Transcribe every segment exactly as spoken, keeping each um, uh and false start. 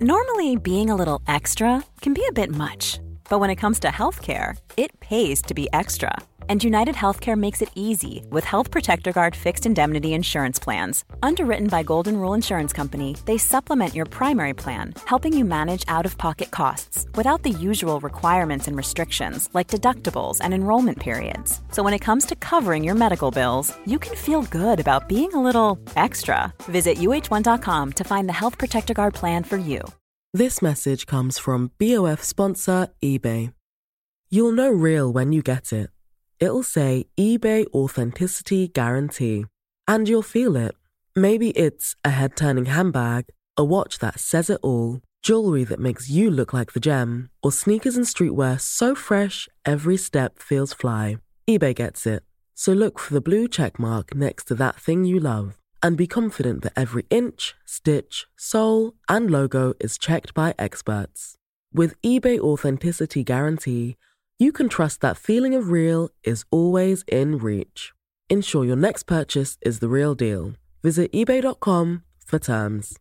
Normally, being a little extra can be a bit much, but when it comes to healthcare, it pays to be extra. And United Healthcare makes it easy with Health Protector Guard fixed indemnity insurance plans. Underwritten by Golden Rule Insurance Company, they supplement your primary plan, helping you manage out-of-pocket costs without the usual requirements and restrictions like deductibles and enrollment periods. So when it comes to covering your medical bills, you can feel good about being a little extra. Visit U H one dot com to find the Health Protector Guard plan for you. This message comes from B O F sponsor eBay. You'll know real when you get it. It'll say eBay Authenticity Guarantee. And you'll feel it. Maybe it's a head-turning handbag, a watch that says it all, jewelry that makes you look like the gem, or sneakers and streetwear so fresh every step feels fly. eBay gets it. So look for the blue check mark next to that thing you love. And be confident that every inch, stitch, sole, and logo is checked by experts. With eBay Authenticity Guarantee, you can trust that feeling of real is always in reach. Ensure your next purchase is the real deal. Visit ebay dot com for terms.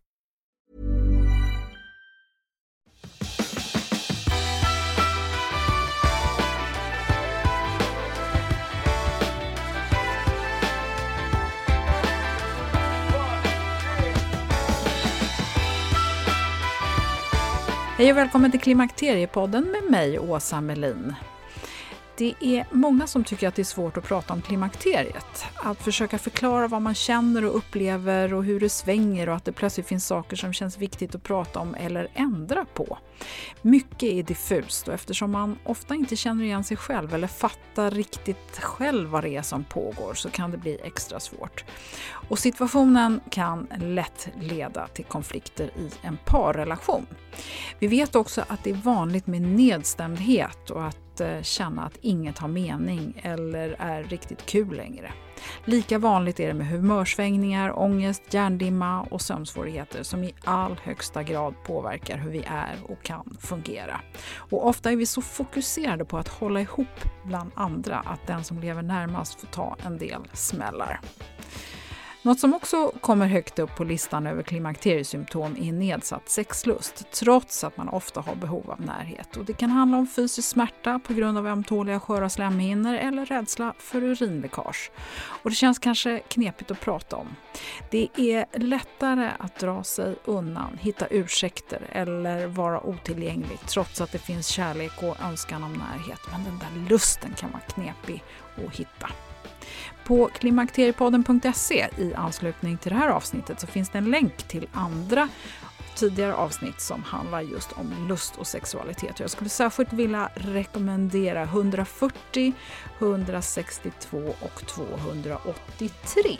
Hej och välkommen till Klimakteriepodden med mig, Åsa Melin. Det är många som tycker att det är svårt att prata om klimakteriet. Att försöka förklara vad man känner och upplever och hur det svänger och att det plötsligt finns saker som känns viktigt att prata om eller ändra på. Mycket är diffust och eftersom man ofta inte känner igen sig själv eller fattar riktigt själv vad det är som pågår så kan det bli extra svårt. Och situationen kan lätt leda till konflikter i en parrelation. Vi vet också att det är vanligt med nedstämdhet och att känna att inget har mening eller är riktigt kul längre. Lika vanligt är det med humörsvängningar, ångest, hjärndimma och sömnsvårigheter som i all högsta grad påverkar hur vi är och kan fungera. Och ofta är vi så fokuserade på att hålla ihop bland andra att den som lever närmast får ta en del smällar. Något som också kommer högt upp på listan över klimakteriesymptom är nedsatt sexlust, trots att man ofta har behov av närhet. Och det kan handla om fysisk smärta på grund av ömtåliga sköra slemhinnor eller rädsla för urinläckage. Och det känns kanske knepigt att prata om. Det är lättare att dra sig undan, hitta ursäkter eller vara otillgänglig trots att det finns kärlek och önskan om närhet. Men den där lusten kan vara knepig att hitta. På klimakteriepodden punkt se i anslutning till det här avsnittet så finns det en länk till andra tidigare avsnitt som handlar just om lust och sexualitet. Jag skulle särskilt vilja rekommendera hundrafyrtio, hundrasextiotvå och tvåhundraåttiotre.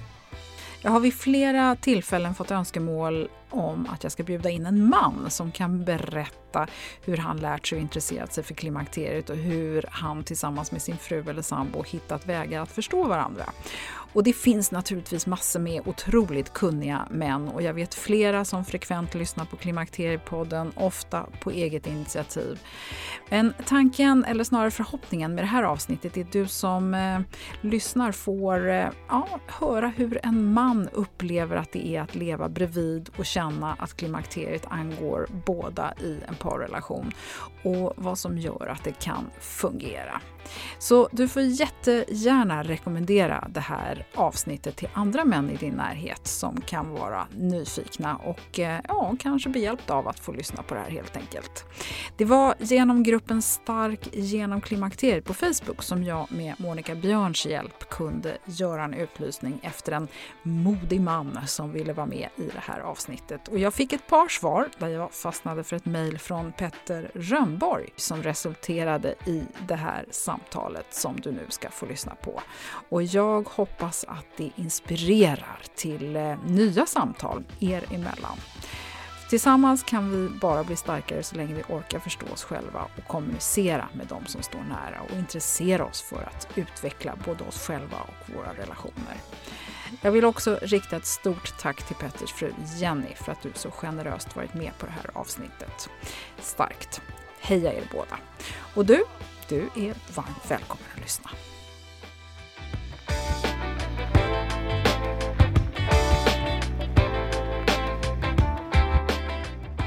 Jag har vid flera tillfällen fått önskemål om att jag ska bjuda in en man som kan berätta hur han lärt sig och intresserat sig för klimakteriet och hur han tillsammans med sin fru eller sambo hittat vägar att förstå varandra. Och det finns naturligtvis massor med otroligt kunniga män och jag vet flera som frekvent lyssnar på Klimakteriepodden, ofta på eget initiativ. Men tanken, eller snarare förhoppningen med det här avsnittet är att du som eh, lyssnar får eh, ja, höra hur en man upplever att det är att leva bredvid och känna att klimakteriet angår båda i en parrelation och vad som gör att det kan fungera. Så du får jättegärna rekommendera det här avsnittet till andra män i din närhet som kan vara nyfikna och ja, kanske behjälpta av att få lyssna på det här helt enkelt. Det var genom gruppen Stark genom klimakteriet på Facebook som jag med Monica Björns hjälp kunde göra en utlysning efter en modig man som ville vara med i det här avsnittet. Och jag fick ett par svar där jag fastnade för ett mejl från Petter Rönnborg som resulterade i det här samtalet som du nu ska få lyssna på. Och jag hoppas att det inspirerar till eh, nya samtal er emellan. Tillsammans kan vi bara bli starkare så länge vi orkar förstå oss själva och kommunicera med dem som står nära och intressera oss för att utveckla både oss själva och våra relationer. Jag vill också rikta ett stort tack till Petters fru Jenny för att du så generöst varit med på det här avsnittet. Starkt. Heja er båda. Och du, du är varmt välkommen att lyssna.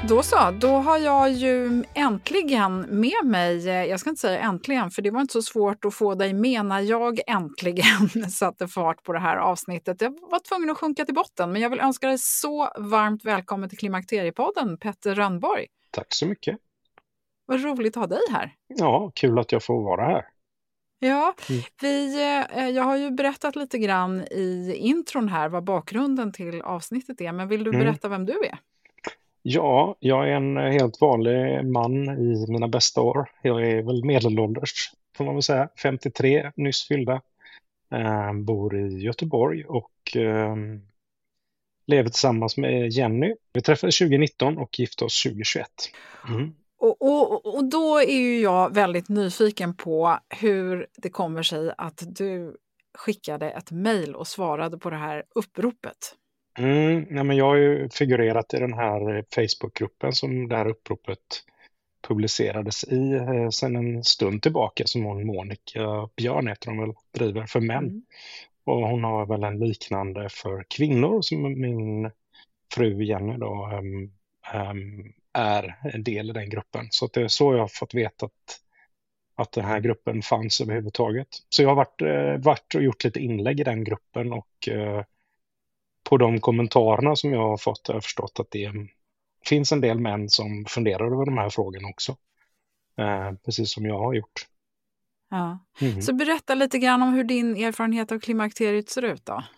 Då så, då har jag ju äntligen med mig, jag ska inte säga äntligen för det var inte så svårt att få dig med när jag äntligen satte fart på det här avsnittet. Jag var tvungen att sjunka till botten, men jag vill önska dig så varmt välkommen till Klimakteriepodden, Petter Rönnborg. Tack så mycket. Vad roligt att ha dig här. Ja, kul att jag får vara här. Ja, vi, jag har ju berättat lite grann i intron här vad bakgrunden till avsnittet är, men vill du berätta mm. vem du är? Ja, jag är en helt vanlig man i mina bästa år. Jag är väl medelålders, får man väl säga. femtiotre, nyss fyllda. Eh, bor i Göteborg och eh, lever tillsammans med Jenny. Vi träffades tjugonitton och gifte oss tjugohundratjugoett. Mm. Och, och, och då är ju jag väldigt nyfiken på hur det kommer sig att du skickade ett mejl och svarade på det här uppropet. Mm, nej men jag har ju figurerat i den här Facebookgruppen som det här uppropet publicerades i eh, sedan en stund tillbaka, som hon Monica Björn heter hon väl, driver för män. Mm. Och hon har väl en liknande för kvinnor som min fru Jenny då um, um, är en del i den gruppen. Så det är så jag har fått veta att, att den här gruppen fanns överhuvudtaget. Så jag har varit, eh, varit och gjort lite inlägg i den gruppen och eh, på de kommentarerna som jag har fått har jag förstått att det finns en del män som funderar över de här frågorna också. Eh, precis som jag har gjort. Ja. Mm. Så berätta lite grann om hur din erfarenhet av klimakteriet ser ut då.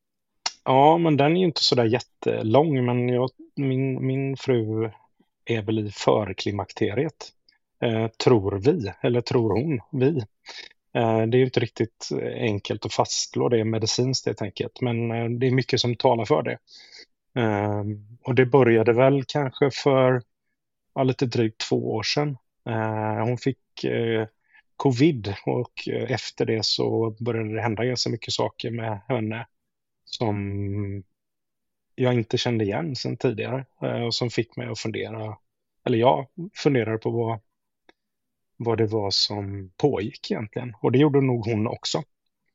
Ja, men den är ju inte så där jättelång, men jag, min, min fru är väl i förklimakteriet. Eh, tror vi, eller tror hon, vi. Eh, det är ju inte riktigt enkelt att fastslå det medicinskt helt enkelt, men eh, det är mycket som talar för det. Eh, och det började väl kanske för ja, lite drygt två år sedan. Eh, hon fick eh, covid och eh, efter det så började det hända ganska mycket saker med henne som jag inte kände igen sedan tidigare eh, och som fick mig att fundera, eller jag funderade på vad, vad det var som pågick egentligen. Och det gjorde nog hon också.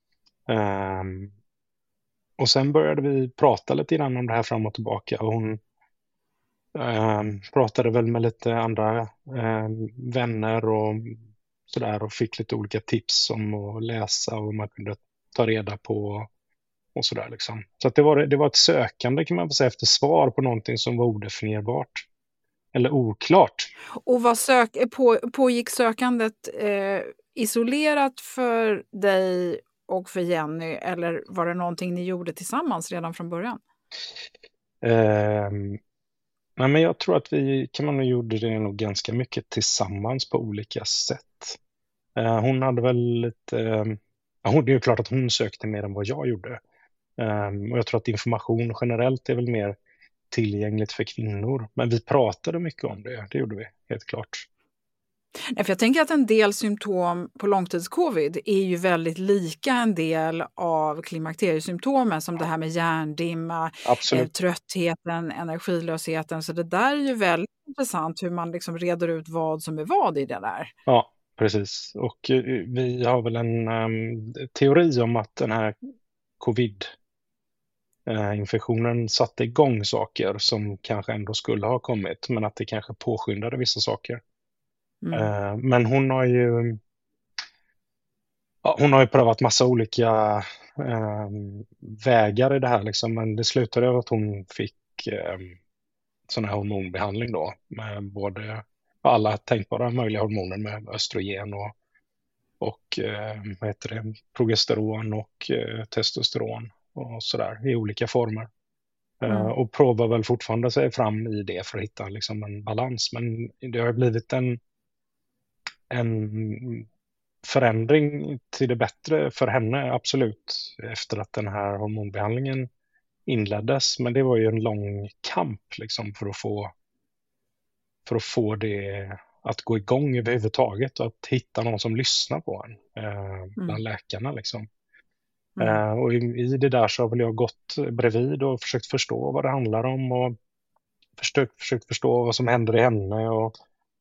Um, och sen började vi prata lite grann om det här fram och tillbaka. Och hon um, pratade väl med lite andra um, vänner och sådär och fick lite olika tips om att läsa och man kunde ta reda på och sådär liksom. Så att det var, det var ett sökande kan man säga efter svar på någonting som var odefinierbart. Eller oklart. Och vad sök, på, pågick sökandet eh, isolerat för dig och för Jenny, eller var det någonting ni gjorde tillsammans redan från början? Eh, nej men jag tror att vi kan man nog gjorde det nog ganska mycket tillsammans på olika sätt. Eh, hon hade väl lite, eh, hon, det är ju klart att hon sökte mer än vad jag gjorde. Eh, och jag tror att information generellt är väl mer tillgängligt för kvinnor. Men vi pratade mycket om det, det gjorde vi, helt klart. Nej, för jag tänker att en del symptom på långtidscovid är ju väldigt lika en del av klimakteriesymptomen, som det här med hjärndimma, eh, tröttheten, energilösheten. Så det där är ju väldigt intressant hur man liksom reder ut vad som är vad i det där. Ja, precis. Och uh, vi har väl en um, teori om att den här covid infektionen satte igång saker som kanske ändå skulle ha kommit, men att det kanske påskyndade vissa saker. Mm. Men hon har ju ja, hon har ju prövat massa olika eh, vägar i det här liksom, men det slutade med att hon fick eh, sån här hormonbehandling då med både alla tänkbara möjliga hormoner med östrogen och och eh, vad heter det, progesteron och eh, testosteron och sådär i olika former. Mm. Uh, och provar väl fortfarande sig fram i det för att hitta liksom en balans. Men det har blivit en, en förändring till det bättre för henne, absolut, efter att den här hormonbehandlingen inleddes. Men det var ju en lång kamp liksom för att få, för att få det att gå igång överhuvudtaget och att hitta någon som lyssnar på en uh, bland mm. läkarna liksom. Mm. Uh, och i, i det där så har väl jag gått bredvid och försökt förstå vad det handlar om och försökt, försökt förstå vad som händer i henne och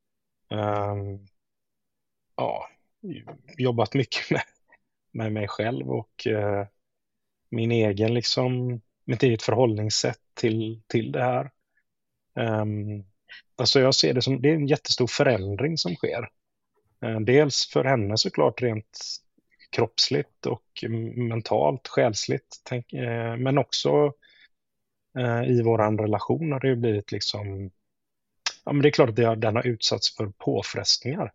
uh, ja, jobbat mycket med, med mig själv och uh, min egen liksom, mitt eget förhållningssätt till, till det här. Um, alltså jag ser det som, det är en jättestor förändring som sker. Eh, dels för henne såklart rent kroppsligt och mentalt, själsligt, tänk, eh, men också eh, i våran relation har det ju blivit liksom, ja men det är klart att det har, den har utsatts för påfrestningar.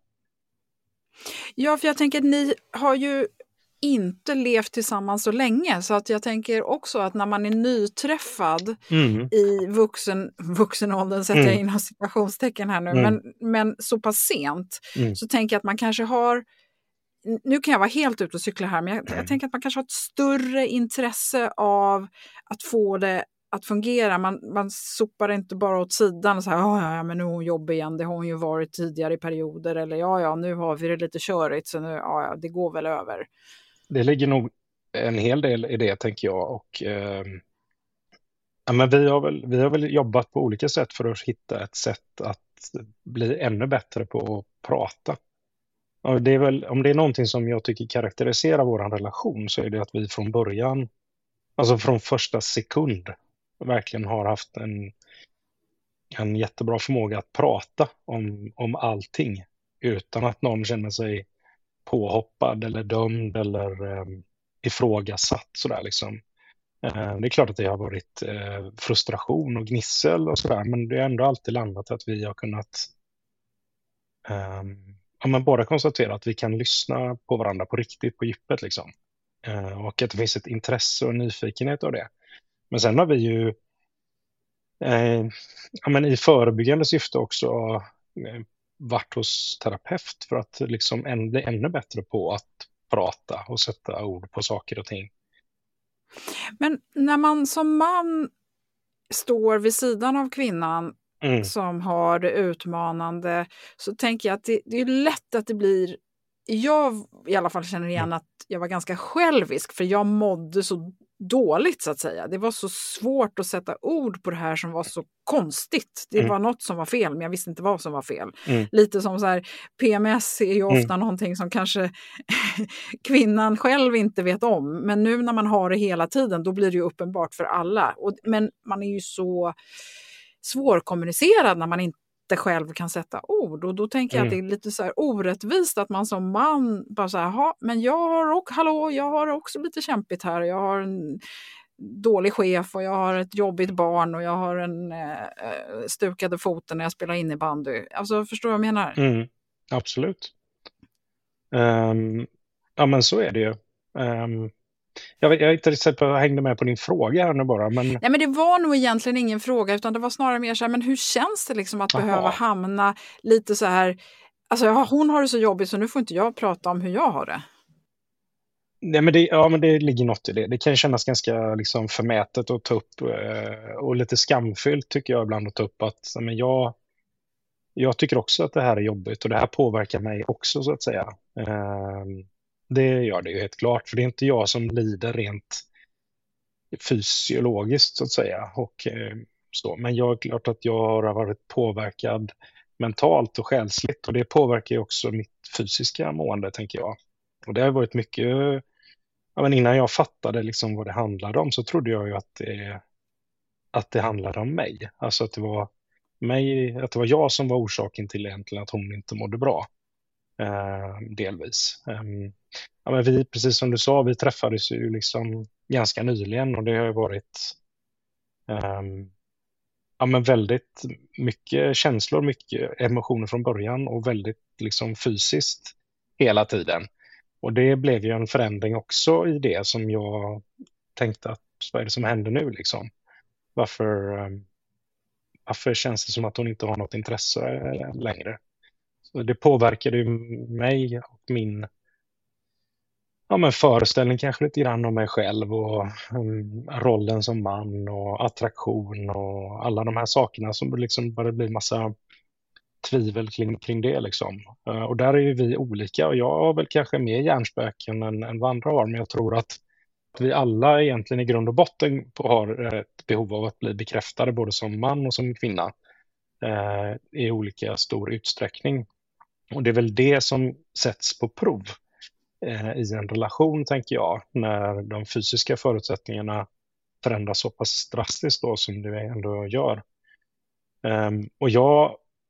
Ja, för jag tänker att ni har ju inte levt tillsammans så länge, så att jag tänker också att när man är nyträffad Mm. i vuxen, vuxenåldern, sätter Mm. jag in citationstecken här nu, Mm. men, men så pass sent, Mm. så tänker jag att man kanske har, nu kan jag vara helt ute och cykla här, men jag, Mm. jag tänker att man kanske har ett större intresse av att få det att fungera. Man, man sopar inte bara åt sidan och säger, ja, ja, men nu är hon jobbig igen, det har hon ju varit tidigare i perioder, eller ja, ja, nu har vi det lite körigt, så nu, ja, ja, det går väl över. Det ligger nog en hel del i det, tänker jag. Och, eh, ja, men vi, har väl, vi har väl jobbat på olika sätt för att hitta ett sätt att bli ännu bättre på att prata. Och det är väl, om det är någonting som jag tycker karaktäriserar vår relation, så är det att vi från början, alltså från första sekund, verkligen har haft en, en jättebra förmåga att prata om, om allting utan att någon känner sig påhoppad eller dömd eller eh, ifrågasatt sådär liksom. Eh, det är klart att det har varit eh, frustration och gnissel och sådär, men det har ändå alltid landat att vi har kunnat eh, ja, men bara konstatera att vi kan lyssna på varandra på riktigt, på djupet liksom. Eh, och att det finns ett intresse och nyfikenhet av det. Men sen har vi ju eh, ja, men i förebyggande syfte också eh, varit hos terapeut för att liksom än, bli ännu bättre på att prata och sätta ord på saker och ting. Men när man som man står vid sidan av kvinnan Mm. som har det utmanande, så tänker jag att det, det är lätt att det blir, jag i alla fall känner igen att jag var ganska självisk, för jag mådde så dåligt så att säga. Det var så svårt att sätta ord på det här som var så konstigt. Det Mm. var något som var fel, men jag visste inte vad som var fel. Mm. Lite som så här, P M S är ju ofta Mm. någonting som kanske kvinnan själv inte vet om. Men nu när man har det hela tiden, då blir det ju uppenbart för alla. Och, men man är ju så svårkommunicerad när man inte själv kan sätta ord, och då tänker jag Mm. att det är lite så här orättvist att man som man bara så här, ja, men jag har också, hallå, jag har också lite kämpigt här, jag har en dålig chef och jag har ett jobbigt barn och jag har en eh, stukade foten när jag spelar innebandy. Alltså, förstår du vad jag menar? Mm. Absolut. Um, ja, men så är det ju. Um, jag, vet, jag är inte riktigt på, jag hängde med på din fråga här nu bara, men Nej, men det var nog egentligen ingen fråga, utan det var snarare mer så här, men hur känns det liksom att Aha. behöva hamna lite så här, alltså ja, hon har det så jobbigt så nu får inte jag prata om hur jag har det. Nej, men det, ja, men det ligger något i det. Det kan kännas ganska liksom förmätet att ta upp eh, och lite skamfyllt tycker jag ibland att ta upp att men jag, jag tycker också att det här är jobbigt och det här påverkar mig också så att säga. Eh, det gör det ju helt klart, för det är inte jag som lider rent fysiologiskt så att säga. Och, eh, så. Men jag är klart att jag har varit påverkad mentalt och själsligt, och det påverkar ju också mitt fysiska mående tänker jag. Och det har varit mycket, ja, men innan jag fattade liksom vad det handlade om så trodde jag ju att det, att det handlade om mig. Alltså att det var mig, att det var jag som var orsaken till egentligen att hon inte mådde bra. Eh, delvis. Eh, ja, men vi, precis som du sa, vi träffades ju liksom ganska nyligen och det har ju varit eh, ja, men väldigt mycket känslor, mycket emotioner från början och väldigt liksom fysiskt hela tiden. Och det blev ju en förändring också i det som jag tänkte att vad är det som händer nu liksom? Varför, um, varför känns det som att hon inte har något intresse längre? Så det påverkade ju mig och min ja, men föreställning kanske lite grann om mig själv och um, rollen som man och attraktion och alla de här sakerna som liksom började bli massa tvivel kring, kring det liksom. Uh, och där är ju vi olika och jag har väl kanske mer hjärnspöken än, än vad andra har, men jag tror att vi alla egentligen i grund och botten har ett behov av att bli bekräftade både som man och som kvinna uh, i olika stor utsträckning. Och det är väl det som sätts på prov uh, i en relation tänker jag, när de fysiska förutsättningarna förändras så pass drastiskt då som det ändå gör. Um, och jag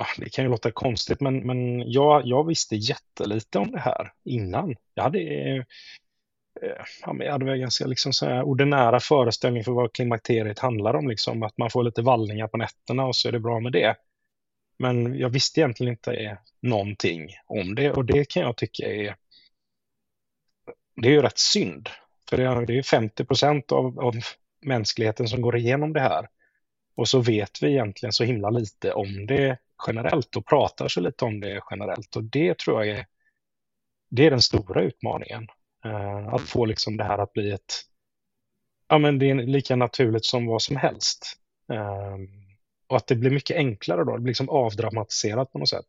ah, det kan ju låta konstigt, men, men jag, jag visste jättelite om det här innan. Jag hade, eh, ja, men jag hade väl ganska liksom så här ordinära föreställning för vad klimakteriet handlar om. Liksom, att man får lite vallningar på nätterna och så är det bra med det. Men jag visste egentligen inte någonting om det, och det kan jag tycka är, det är ju rätt synd. För det är, det är femtio procent av, av mänskligheten som går igenom det här. Och så vet vi egentligen så himla lite om det generellt och pratar så lite om det generellt. Och det tror jag är, det är den stora utmaningen. Uh, att få liksom det här att bli ett, ja men det är lika naturligt som vad som helst. Uh, och att det blir mycket enklare då, det blir liksom avdramatiserat på något sätt.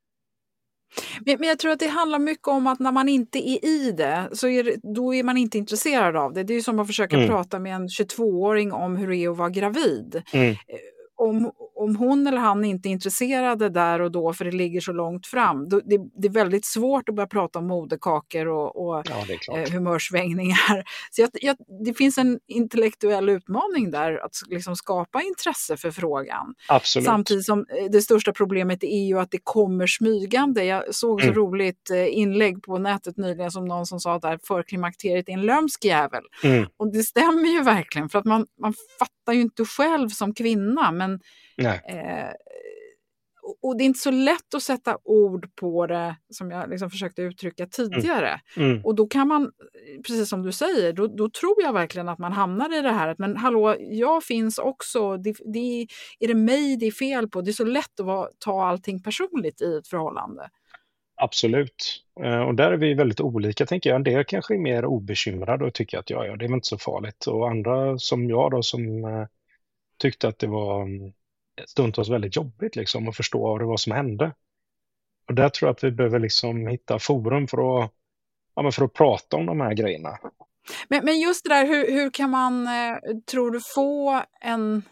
Men, men jag tror att det handlar mycket om att när man inte är i det, så är det, då är man inte intresserad av det. Det är ju som att försöka Mm. prata med en tjugotvååring om hur det är att vara gravid. Mm. Om, om hon eller han inte är intresserade där och då, för det ligger så långt fram, då, det, det är väldigt svårt att börja prata om moderkakor och, och Ja, det är klart. eh, humörsvängningar. Så jag, jag, det finns en intellektuell utmaning där, att liksom skapa intresse för frågan. Absolut. Samtidigt som eh, det största problemet är ju att det kommer smygande. Jag såg så Mm. roligt eh, inlägg på nätet nyligen som någon som sa att där förklimakteriet är en lömsk jävel. Mm. Och det stämmer ju verkligen, för att man, man fattar ju inte själv som kvinna, men Nej. Eh, och, och det är inte så lätt att sätta ord på det, som jag liksom försökte uttrycka tidigare. Mm. Mm. Och då kan man, precis som du säger, då, då tror jag verkligen att man hamnar i det här. Att, men hallå, jag finns också. Det, det, är det mig det är fel på? Det är så lätt att vara, ta allting personligt i ett förhållande. Absolut. Eh, Och där är vi väldigt olika, tänker jag. En del kanske är mer obekymrade och tycker att ja, ja, det är väl inte så farligt. Och andra som jag då, som eh, tyckte att det var mm, stundtals väldigt jobbigt liksom, att förstå vad det var som hände. Och där tror jag att vi behöver liksom hitta forum för att, ja, men för att prata om de här grejerna. Men, men just det där, hur, hur kan man, eh, tror du, få en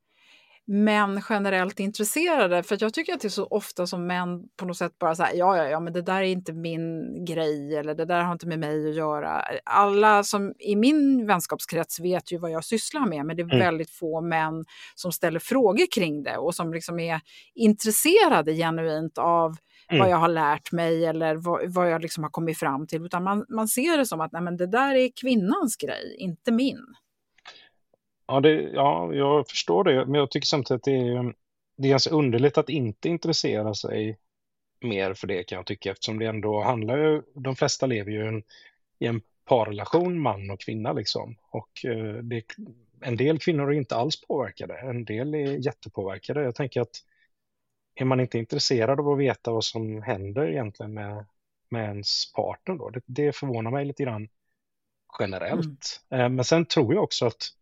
män generellt intresserade? För jag tycker att det är så ofta som män på något sätt bara säger ja, ja, ja, men det där är inte min grej, eller det där har inte med mig att göra. Alla som i min vänskapskrets vet ju vad jag sysslar med, men det är Mm. väldigt få män som ställer frågor kring det och som liksom är intresserade genuint av Mm. vad jag har lärt mig eller vad, vad jag liksom har kommit fram till, utan man, man ser det som att nej, men det där är kvinnans grej, inte min. Ja, det, ja, jag förstår det, men jag tycker samtidigt att det är, det är ganska underligt att inte intressera sig mer för det, kan jag tycka, eftersom det ändå handlar ju, de flesta lever ju en, i en parrelation, man och kvinna liksom, och eh, det, en del kvinnor är inte alls påverkade, en del är jättepåverkade. Jag tänker att är man inte intresserad av att veta vad som händer egentligen med, med ens partner då, det, det förvånar mig lite grann generellt. Eh, men sen tror jag också att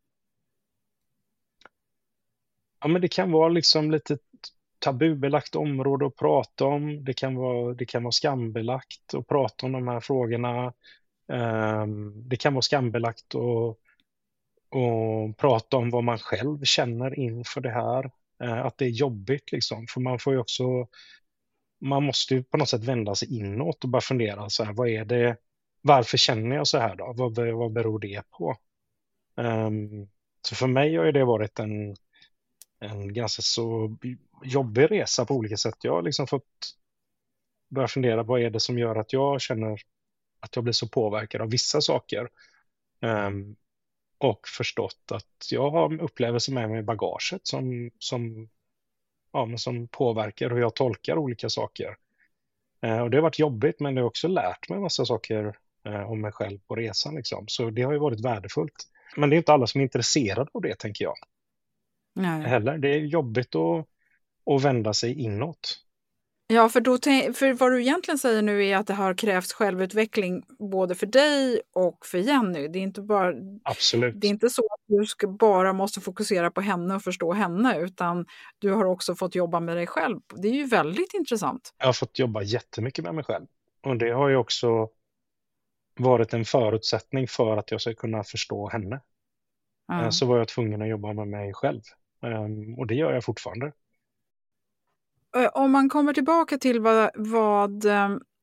ja, men det kan vara liksom lite tabubelagt område att prata om. Det kan vara, det kan vara skambelagt att prata om de här frågorna. Um, det kan vara skambelagt att, att prata om vad man själv känner inför det här. Uh, att det är jobbigt liksom. För man får ju också, man måste ju på något sätt vända sig inåt och bara fundera så här, vad är det, varför känner jag så här då? Vad, vad beror det på? Um, så för mig har ju det varit en en ganska så jobbig resa på olika sätt. Jag har liksom fått börja fundera, vad är det som gör att jag känner att jag blir så påverkad av vissa saker. Um, och förstått att jag har upplevelser med mig i bagaget som, som, ja, men som påverkar hur jag tolkar olika saker. Uh, och det har varit jobbigt, men det har också lärt mig en massa saker uh, om mig själv på resan. Liksom. Så det har ju varit värdefullt. Men det är inte alla som är intresserade av det, tänker jag. Nej. Heller. Det är jobbigt att, att vända sig inåt. Ja, för, då, för vad du egentligen säger nu är att det har krävts självutveckling både för dig och för Jenny. Det är inte bara, Absolut. Det är inte så att du ska bara måste fokusera på henne och förstå henne, utan du har också fått jobba med dig själv. Det är ju väldigt intressant. Jag har fått jobba jättemycket med mig själv. Och det har ju också varit en förutsättning för att jag ska kunna förstå henne. Ja. Så var jag tvungen att jobba med mig själv. Och det gör jag fortfarande. Om man kommer tillbaka till vad, vad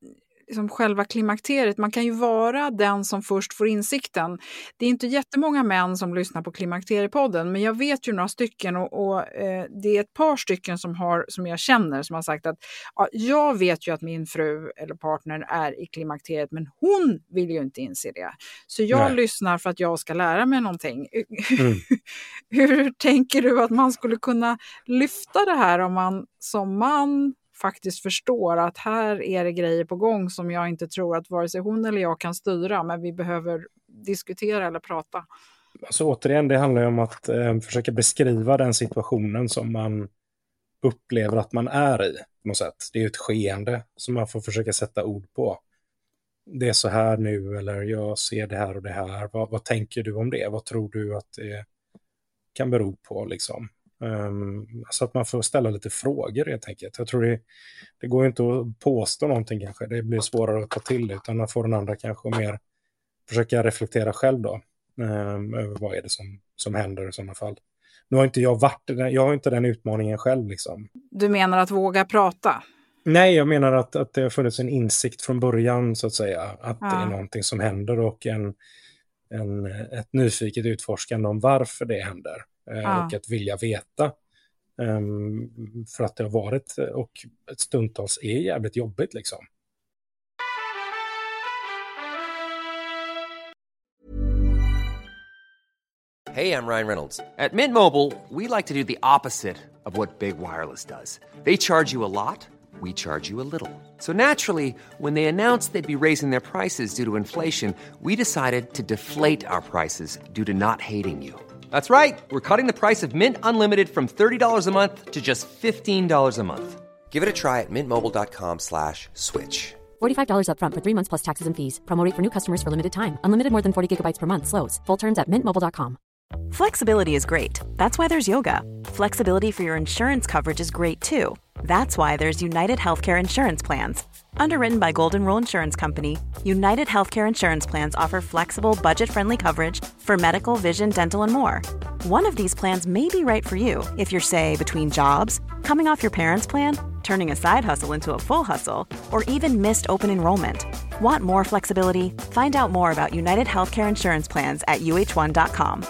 liksom själva klimakteriet. Man kan ju vara den som först får insikten. Det är inte jättemånga män som lyssnar på Klimakteriepodden, men jag vet ju några stycken och, och eh, det är ett par stycken som, har, som jag känner som har sagt att ja, jag vet ju att min fru eller partner är i klimakteriet, men hon vill ju inte inse det. Så jag Nej. lyssnar för att jag ska lära mig någonting. Mm. Hur tänker du att man skulle kunna lyfta det här om man som man faktiskt förstår att här är det grejer på gång som jag inte tror att vare sig hon eller jag kan styra, men vi behöver diskutera eller prata? Alltså återigen, det handlar ju om att eh, försöka beskriva den situationen som man upplever att man är i på något sätt. Det är ju ett skeende som man får försöka sätta ord på. Det är så här nu, eller jag ser det här och det här. Vad, vad tänker du om det? Vad tror du att det kan bero på liksom? Um, så att man får ställa lite frågor helt enkelt. Jag tror det, det går inte att påstå någonting kanske. Det blir svårare att ta till, utan man får den andra kanske mer försöka reflektera själv då. Um, över vad är det som, som händer i sådana fall. Nu har inte jag varit den, jag har inte den utmaningen själv liksom. Du menar att våga prata? Nej, jag menar att, att det har funnits en insikt från början så att säga. Att Ja. det är någonting som händer och en, en, ett nyfiket utforskande om varför det händer. Eh, Ja. Och att vilja veta. Um, för att det har varit och ett stundtals är jävligt jobbigt liksom. Hey, I'm Ryan Reynolds. At Mint Mobile, we like to do the opposite of what Big Wireless does. They charge you a lot, we charge you a little. So naturally, when they announced they'd be raising their prices due to inflation, we decided to deflate our prices due to not hating you. That's right. We're cutting the price of Mint Unlimited from thirty dollars a month to just fifteen dollars a month. Give it a try at mintmobile.com slash switch. forty-five dollars up front for three months plus taxes and fees. Promo rate for new customers for limited time. Unlimited more than forty gigabytes per month slows. Full terms at mint mobile dot com. Flexibility is great. That's why there's yoga. Flexibility for your insurance coverage is great too. That's why there's United Healthcare Insurance Plans. Underwritten by Golden Rule Insurance Company, United Healthcare Insurance Plans offer flexible, budget-friendly coverage for medical, vision, dental, and more. One of these plans may be right for you if you're, say, between jobs, coming off your parents' plan, turning a side hustle into a full hustle, or even missed open enrollment. Want more flexibility? Find out more about United Healthcare Insurance Plans at u h one dot com.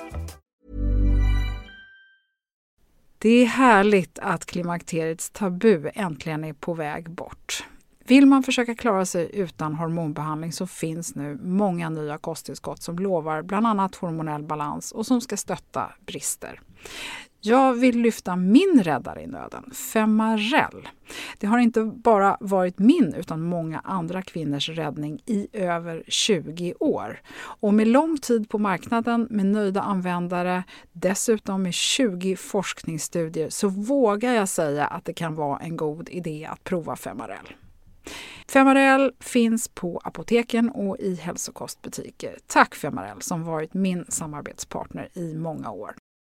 Det är härligt att klimakteriets tabu äntligen är på väg bort. Vill man försöka klara sig utan hormonbehandling så finns nu många nya kosttillskott som lovar bland annat hormonell balans och som ska stötta brister. Jag vill lyfta min räddare i nöden, Femarel. Det har inte bara varit min utan många andra kvinnors räddning i över tjugo år. Och med lång tid på marknaden, med nöjda användare, dessutom med tjugo forskningsstudier, så vågar jag säga att det kan vara en god idé att prova Femarel. Femarel finns på apoteken och i hälsokostbutiker. Tack Femarel som varit min samarbetspartner i många år.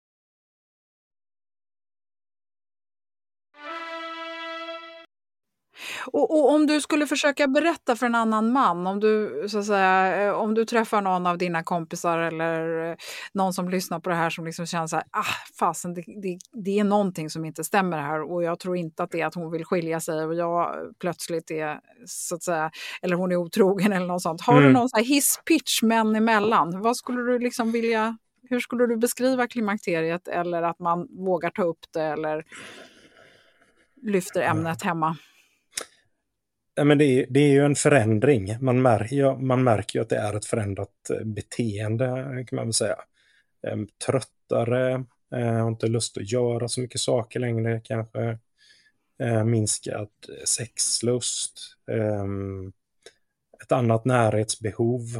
Och, och om du skulle försöka berätta för en annan man, om du, så att säga, om du träffar någon av dina kompisar eller någon som lyssnar på det här som liksom känner så här, ah, fasen, det, det, det är någonting som inte stämmer här och jag tror inte att det är att hon vill skilja sig och jag plötsligt är, så att säga, eller hon är otrogen eller något sånt. Har mm. du någon så här hisspitch män emellan? Vad skulle du liksom vilja, hur skulle du beskriva klimakteriet eller att man vågar ta upp det eller lyfter ämnet hemma? Ja, men det, är, det är ju en förändring. Man märker, ja, man märker ju att det är ett förändrat beteende kan man väl säga. Ehm, tröttare, eh, har inte lust att göra så mycket saker längre kanske. Ehm, minskad sexlust. Ehm, ett annat närhetsbehov.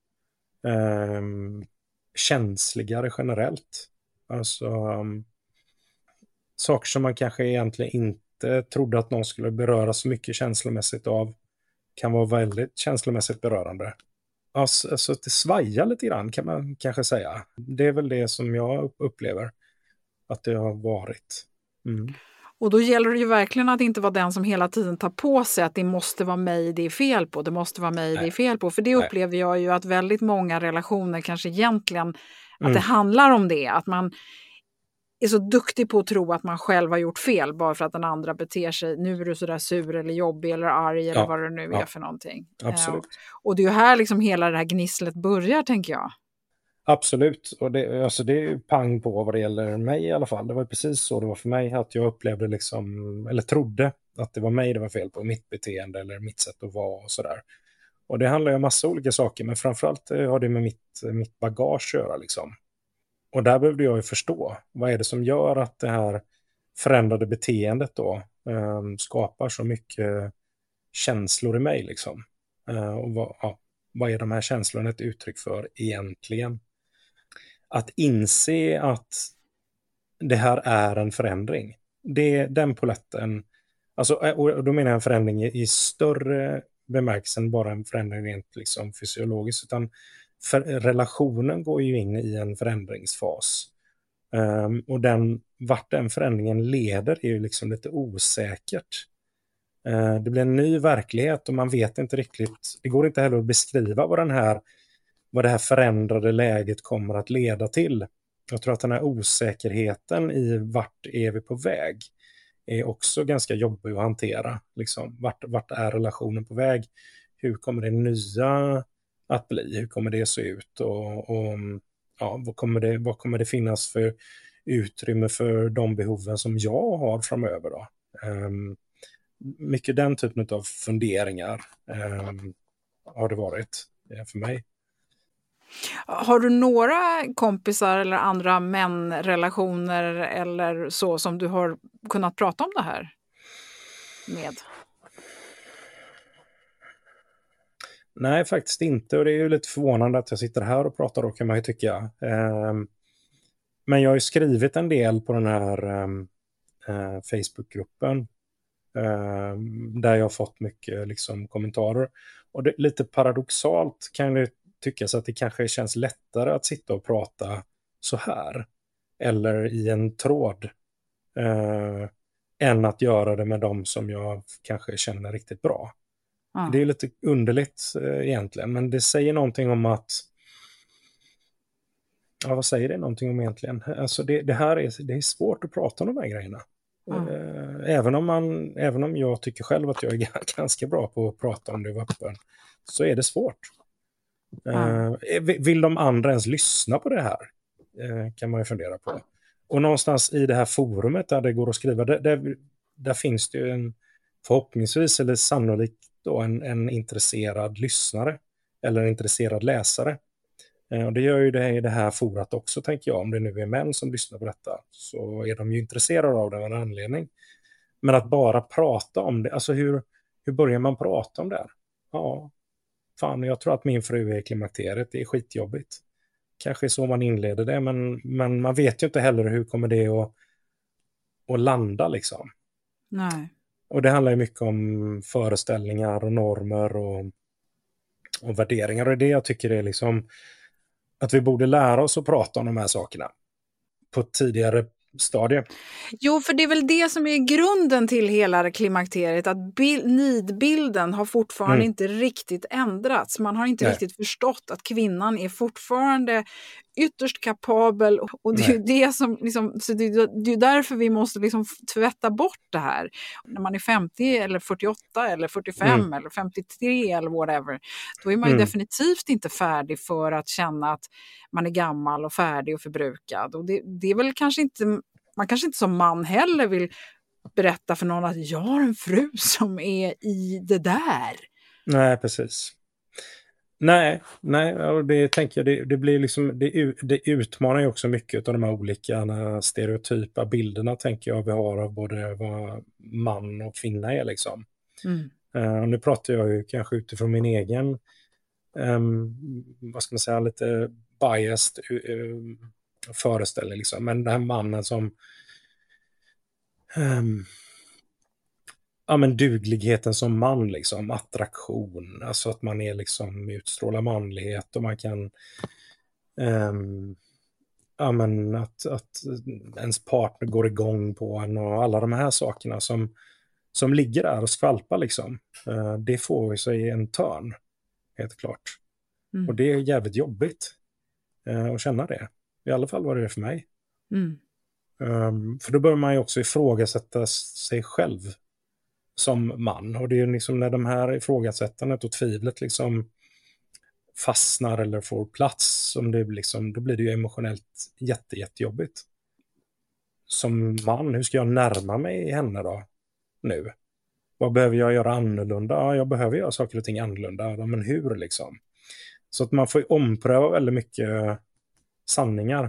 Ehm, känsligare generellt. Alltså um, saker som man kanske egentligen inte trodde att någon skulle beröra så mycket känslomässigt av kan vara väldigt känslomässigt berörande. Alltså, alltså det svajar lite grann kan man kanske säga. Det är väl det som jag upplever att det har varit. Mm. Och då gäller det ju verkligen att inte vara den som hela tiden tar på sig att det måste vara mig det är fel på. Det måste vara mig Nej. det är fel på. För det upplever Nej. jag ju att väldigt många relationer kanske egentligen att mm. det handlar om det. Att man är så duktig på att tro att man själv har gjort fel bara för att den andra beter sig. Nu är du så där sur eller jobbig eller arg eller Ja, vad det nu ja. är för någonting. Absolut. Eh, och det är ju här liksom hela det här gnisslet börjar, tänker jag. Absolut, och det, alltså det är ju pang på vad det gäller mig i alla fall. Det var precis så det var för mig, att jag upplevde liksom, eller trodde att det var mig det var fel på, mitt beteende eller mitt sätt att vara och sådär. Och det handlar ju om massa olika saker, men framförallt har det med mitt, mitt bagage att göra liksom. Och där behövde jag ju förstå, vad är det som gör att det här förändrade beteendet då eh, skapar så mycket känslor i mig liksom. Eh, och vad, ja, vad är de här känslorna ett uttryck för egentligen? Att inse att det här är en förändring. Det är den poletten, alltså, och då menar jag en förändring i, i större bemärkelse än bara en förändring rent liksom fysiologiskt, utan för, relationen går ju in i en förändringsfas. Um, och den, vart den förändringen leder är ju liksom lite osäkert. Uh, det blir en ny verklighet och man vet inte riktigt, det går inte heller att beskriva vad den här vad det här förändrade läget kommer att leda till. Jag tror att den här osäkerheten i vart är vi på väg är också ganska jobbig att hantera. Liksom, vart, vart är relationen på väg? Hur kommer det nya att bli? Hur kommer det se ut? Och, och ja, vad, kommer det, vad kommer det finnas för utrymme för de behoven som jag har framöver då? Um, mycket den typen av funderingar um, har det varit för mig. Har du några kompisar eller andra mänrelationer eller så som du har kunnat prata om det här med? Nej, faktiskt inte. Och det är ju lite förvånande att jag sitter här och pratar då, kan man ju tycka. Men jag har ju skrivit en del på den här Facebookgruppen där jag har fått mycket liksom kommentarer. Och det, lite paradoxalt kan det tyckas att det kanske känns lättare att sitta och prata så här eller i en tråd eh, än att göra det med dem som jag kanske känner riktigt bra. Mm. Det är lite underligt eh, egentligen, men det säger någonting om att ja, vad säger det någonting om egentligen? Alltså det, det här är, det är svårt att prata om de här grejerna. Mm. Eh, även om man, även om jag tycker själv att jag är ganska bra på att prata om det och vara öppen, så är det svårt. Mm. Uh, vill de andra ens lyssna på det här? Uh, kan man ju fundera på. Och någonstans i det här forumet där det går att skriva, där, där, där finns det ju en förhoppningsvis eller sannolikt då en, en intresserad lyssnare eller en intresserad läsare. Uh, och det gör ju det, i det här forumet också, tänker jag. Om det nu är män som lyssnar på detta så är de ju intresserade av det av en anledning. Men att bara prata om det, alltså hur, hur börjar man prata om det? Ja, fan, jag tror att min fru är i klimakteriet. Det är skitjobbigt. Kanske är så man inleder det, men, men man vet ju inte heller hur kommer det att, att landa liksom. Nej. Och det handlar ju mycket om föreställningar och normer och, och värderingar. Och det jag tycker är liksom att vi borde lära oss att prata om de här sakerna på ett tidigare stadie. Jo, för det är väl det som är grunden till hela klimakteriet, att bil- nidbilden har fortfarande mm. inte riktigt ändrats. Man har inte Nej. riktigt förstått att kvinnan är fortfarande ytterst kapabel, och det är ju det som liksom, så det, det är därför vi måste liksom tvätta bort det här. När man är femtio eller fyrtioåtta eller fyrtiofem mm. eller femtiotre eller whatever, då är man ju mm. definitivt inte färdig för att känna att man är gammal och färdig och förbrukad. Och det, det är väl kanske inte, man kanske inte som man heller vill berätta för någon att jag har en fru som är i det där. Nej, precis. Nej, nej, det tänker jag, det, det blir liksom, det, det utmanar ju också mycket av de här olika stereotypa bilderna, tänker jag, vi har av både vad man och kvinna är liksom. Mm. Uh, och nu pratar jag ju kanske utifrån min egen um, vad ska man säga, lite biased uh, föreställning liksom, men den här mannen som um, ja, men dugligheten som man liksom, attraktion, alltså att man är liksom utstrålar manlighet och man kan um, ja, men att, att ens partner går igång på en och alla de här sakerna som, som ligger där och skvalpar liksom, uh, det får ju sig en törn, helt klart. Mm. Och det är jävligt jobbigt uh, att känna det. I alla fall var det det för mig. Mm. Um, för då börjar man ju också ifrågasätta sig själv som man. Och det är ju liksom när de här ifrågasättandet och tvivlet liksom fastnar eller får plats, som det liksom, då blir det ju emotionellt jätte, jättejobbigt. Som man, hur ska jag närma mig henne då nu? Vad behöver jag göra annorlunda? Ja, jag behöver göra saker och ting annorlunda. Ja, men hur liksom? Så att man får ju ompröva väldigt mycket sanningar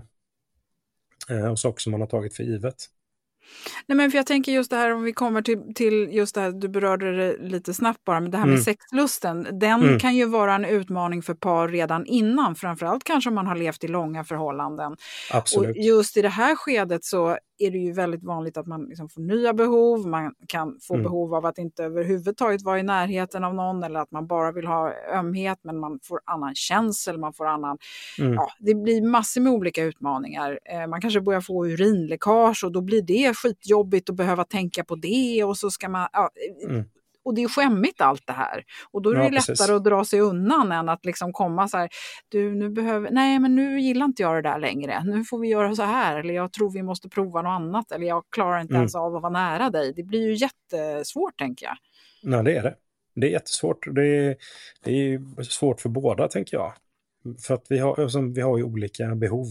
eh, och saker som man har tagit för givet. Nej, men för jag tänker just det här, om vi kommer till, till just det här, du berörde det lite snabbt bara, men det här med Mm. sexlusten, den Mm. kan ju vara en utmaning för par redan innan, framförallt kanske om man har levt i långa förhållanden. Absolut. Och just i det här skedet så är det ju väldigt vanligt att man liksom får nya behov, man kan få Mm. behov av att inte överhuvudtaget vara i närheten av någon, eller att man bara vill ha ömhet men man får annan känsel, man får annan, Mm. ja, det blir massor med olika utmaningar. Eh, man kanske börjar få urinläckage och då blir det skitjobbigt att behöva tänka på det, och så ska man, ja, Mm. och det är skämmigt allt det här. Och då är det Ja, ju lättare precis. att dra sig undan än att liksom komma så här, du nu behöver, nej men nu gillar inte jag det där längre, nu får vi göra så här, eller jag tror vi måste prova något annat, eller jag klarar inte Mm. ens av att vara nära dig. Det blir ju jättesvårt, tänker jag. Nej, det är det. Det är jättesvårt. Det är, det är svårt för båda, tänker jag. För att vi har, alltså, vi har ju olika behov.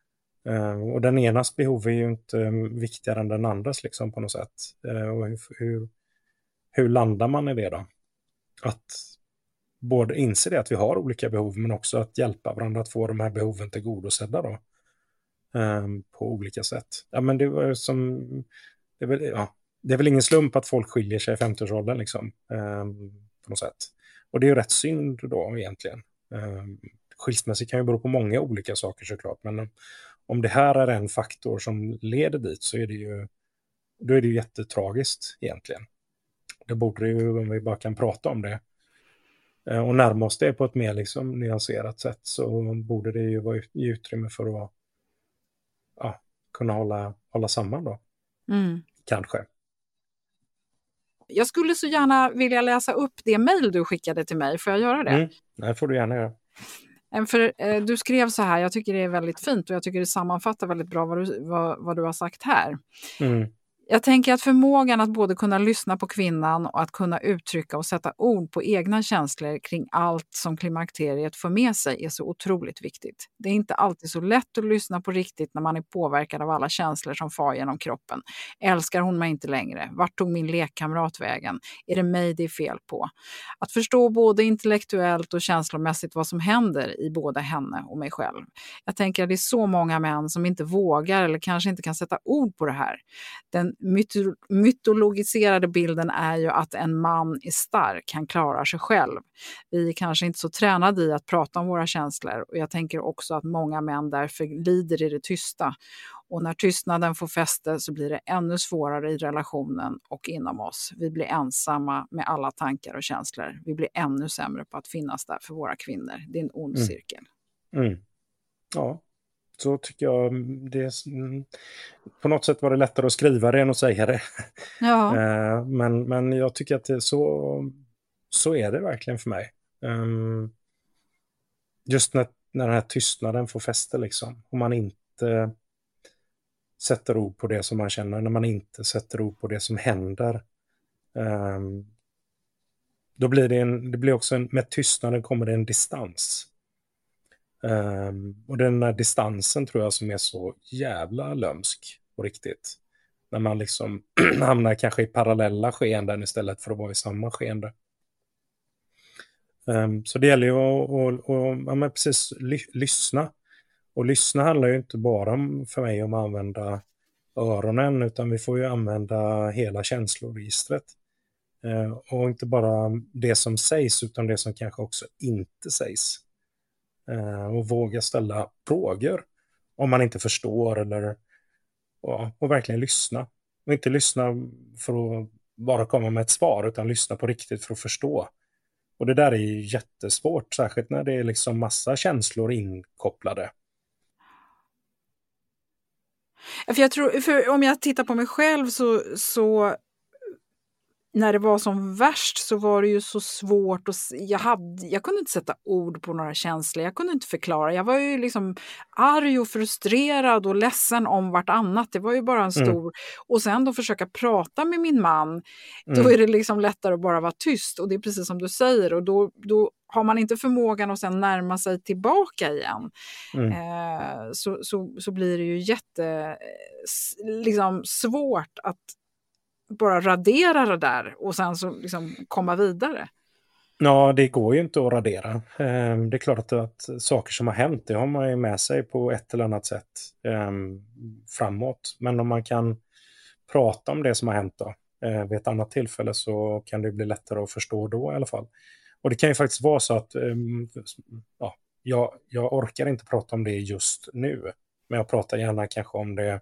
Uh, och den enas behov är ju inte um, viktigare än den andras liksom, på något sätt. Uh, och hur, hur, hur landar man i det då? Att både inse det att vi har olika behov, men också att hjälpa varandra att få de här behoven tillgodosedda då. Um, på olika sätt. Ja, men det var som... Det är väl, ja, det är väl ingen slump att folk skiljer sig i femtioårsåldern liksom. Um, på något sätt. Och det är ju rätt synd då egentligen. Um, skilsmässigt kan ju bero på många olika saker såklart, men om, om det här är en faktor som leder dit, så är det ju, då är det ju jättetragiskt egentligen. Det borde ju, om vi bara kan prata om det uh, och närma oss det på ett mer liksom nyanserat sätt, så borde det ju vara i utrymme för att ja, kunna hålla, hålla samman då. Mm. Kanske. Jag skulle så gärna vilja läsa upp det mejl du skickade till mig. Får jag göra det? Mm. Det får du gärna göra. För, eh, du skrev så här, jag tycker det är väldigt fint och jag tycker det sammanfattar väldigt bra vad du, vad, vad du har sagt här. Mm. Jag tänker att förmågan att både kunna lyssna på kvinnan och att kunna uttrycka och sätta ord på egna känslor kring allt som klimakteriet får med sig är så otroligt viktigt. Det är inte alltid så lätt att lyssna på riktigt när man är påverkad av alla känslor som far genom kroppen. Älskar hon mig inte längre? Vart tog min lekkamrat vägen? Är det mig det är fel på? Att förstå både intellektuellt och känslomässigt vad som händer i både henne och mig själv. Jag tänker att det är så många män som inte vågar eller kanske inte kan sätta ord på det här. Den myto- mytologiserade bilden är ju att en man är stark, han klarar sig själv. Vi är kanske inte så tränade i att prata om våra känslor, och jag tänker också att många män därför lider i det tysta. Och när tystnaden får fäste så blir det ännu svårare i relationen och inom oss. Vi blir ensamma med alla tankar och känslor. Vi blir ännu sämre på att finnas där för våra kvinnor. Det är en ond Mm. cirkel. Mm. Ja, så tycker jag det är, på något sätt var det lättare att skriva det än att säga det. Ja. uh, men, men jag tycker att det är så, så är det verkligen för mig. Um, just när, när den här tystnaden får fäste liksom, och man inte sätter ord på det som man känner, när man inte sätter ord på det som händer, um, då blir det en, det blir också en, med tystnaden kommer det en distans. Um, och den här distansen tror jag som är så jävla lömsk på riktigt. När man liksom hamnar kanske i parallella skeenden istället för att vara i samma skeende. Um, så det gäller ju att, att, att, att, att precis ly- lyssna. Och lyssna handlar ju inte bara om, för mig om att använda öronen, utan vi får ju använda hela känsloregistret. Uh, och inte bara det som sägs, utan det som kanske också inte sägs. Uh, och våga ställa frågor om man inte förstår, eller ja, och verkligen lyssna. Och inte lyssna för att bara komma med ett svar, utan lyssna på riktigt för att förstå. Och det där är ju jättesvårt, särskilt när det är liksom massa känslor inkopplade. För jag tror, för om jag tittar på mig själv så, så när det var som värst så var det ju så svårt och jag, hade, jag kunde inte sätta ord på några känslor, jag kunde inte förklara. Jag var ju liksom arg och frustrerad och ledsen om vartannat. Det var ju bara en stor... Mm. Och sen då försöka prata med min man, mm. då är det liksom lättare att bara vara tyst. Och det är precis som du säger. Och då, då har man inte förmågan att sen närma sig tillbaka igen. Mm. Eh, så, så, så blir det ju jätte liksom, svårt att bara radera det där och sen så liksom komma vidare. Ja, det går ju inte att radera. Det är klart att saker som har hänt, det har man ju med sig på ett eller annat sätt framåt. Men om man kan prata om det som har hänt då vid ett annat tillfälle så kan det bli lättare att förstå då i alla fall. Och det kan ju faktiskt vara så att ja, jag, jag orkar inte prata om det just nu. Men jag pratar gärna kanske om det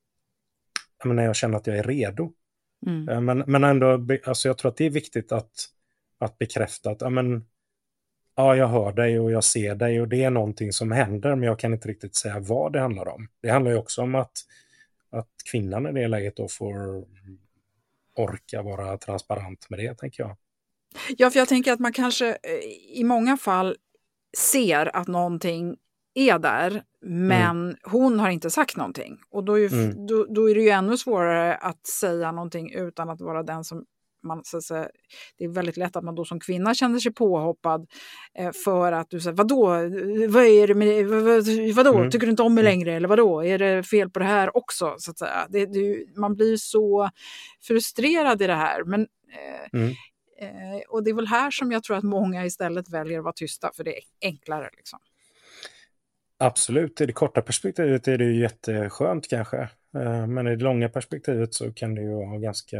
när jag känner att jag är redo. Mm. Men, men ändå, alltså jag tror att det är viktigt att, att bekräfta att ja, men, ja, jag hör dig och jag ser dig och det är någonting som händer, men jag kan inte riktigt säga vad det handlar om. Det handlar ju också om att, att kvinnan i det läget då får orka vara transparent med det, tänker jag. Ja, för jag tänker att man kanske i många fall ser att någonting är där, men mm. hon har inte sagt någonting. Och då är, ju, mm. då, då är det ju ännu svårare att säga någonting utan att vara den som man så att säga, det är väldigt lätt att man då som kvinna känner sig påhoppad eh, för att du säger, vadå? Vad är det med, vad, vadå? Mm. Tycker du inte om mig längre? Eller vadå? Är det fel på det här också? Så att säga. Det, det, man blir så frustrerad i det här. Men, eh, mm. eh, och det är väl här som jag tror att många istället väljer att vara tysta, för det är enklare liksom. Absolut, i det korta perspektivet är det ju jätteskönt kanske. Men i det långa perspektivet så kan det ju vara ganska,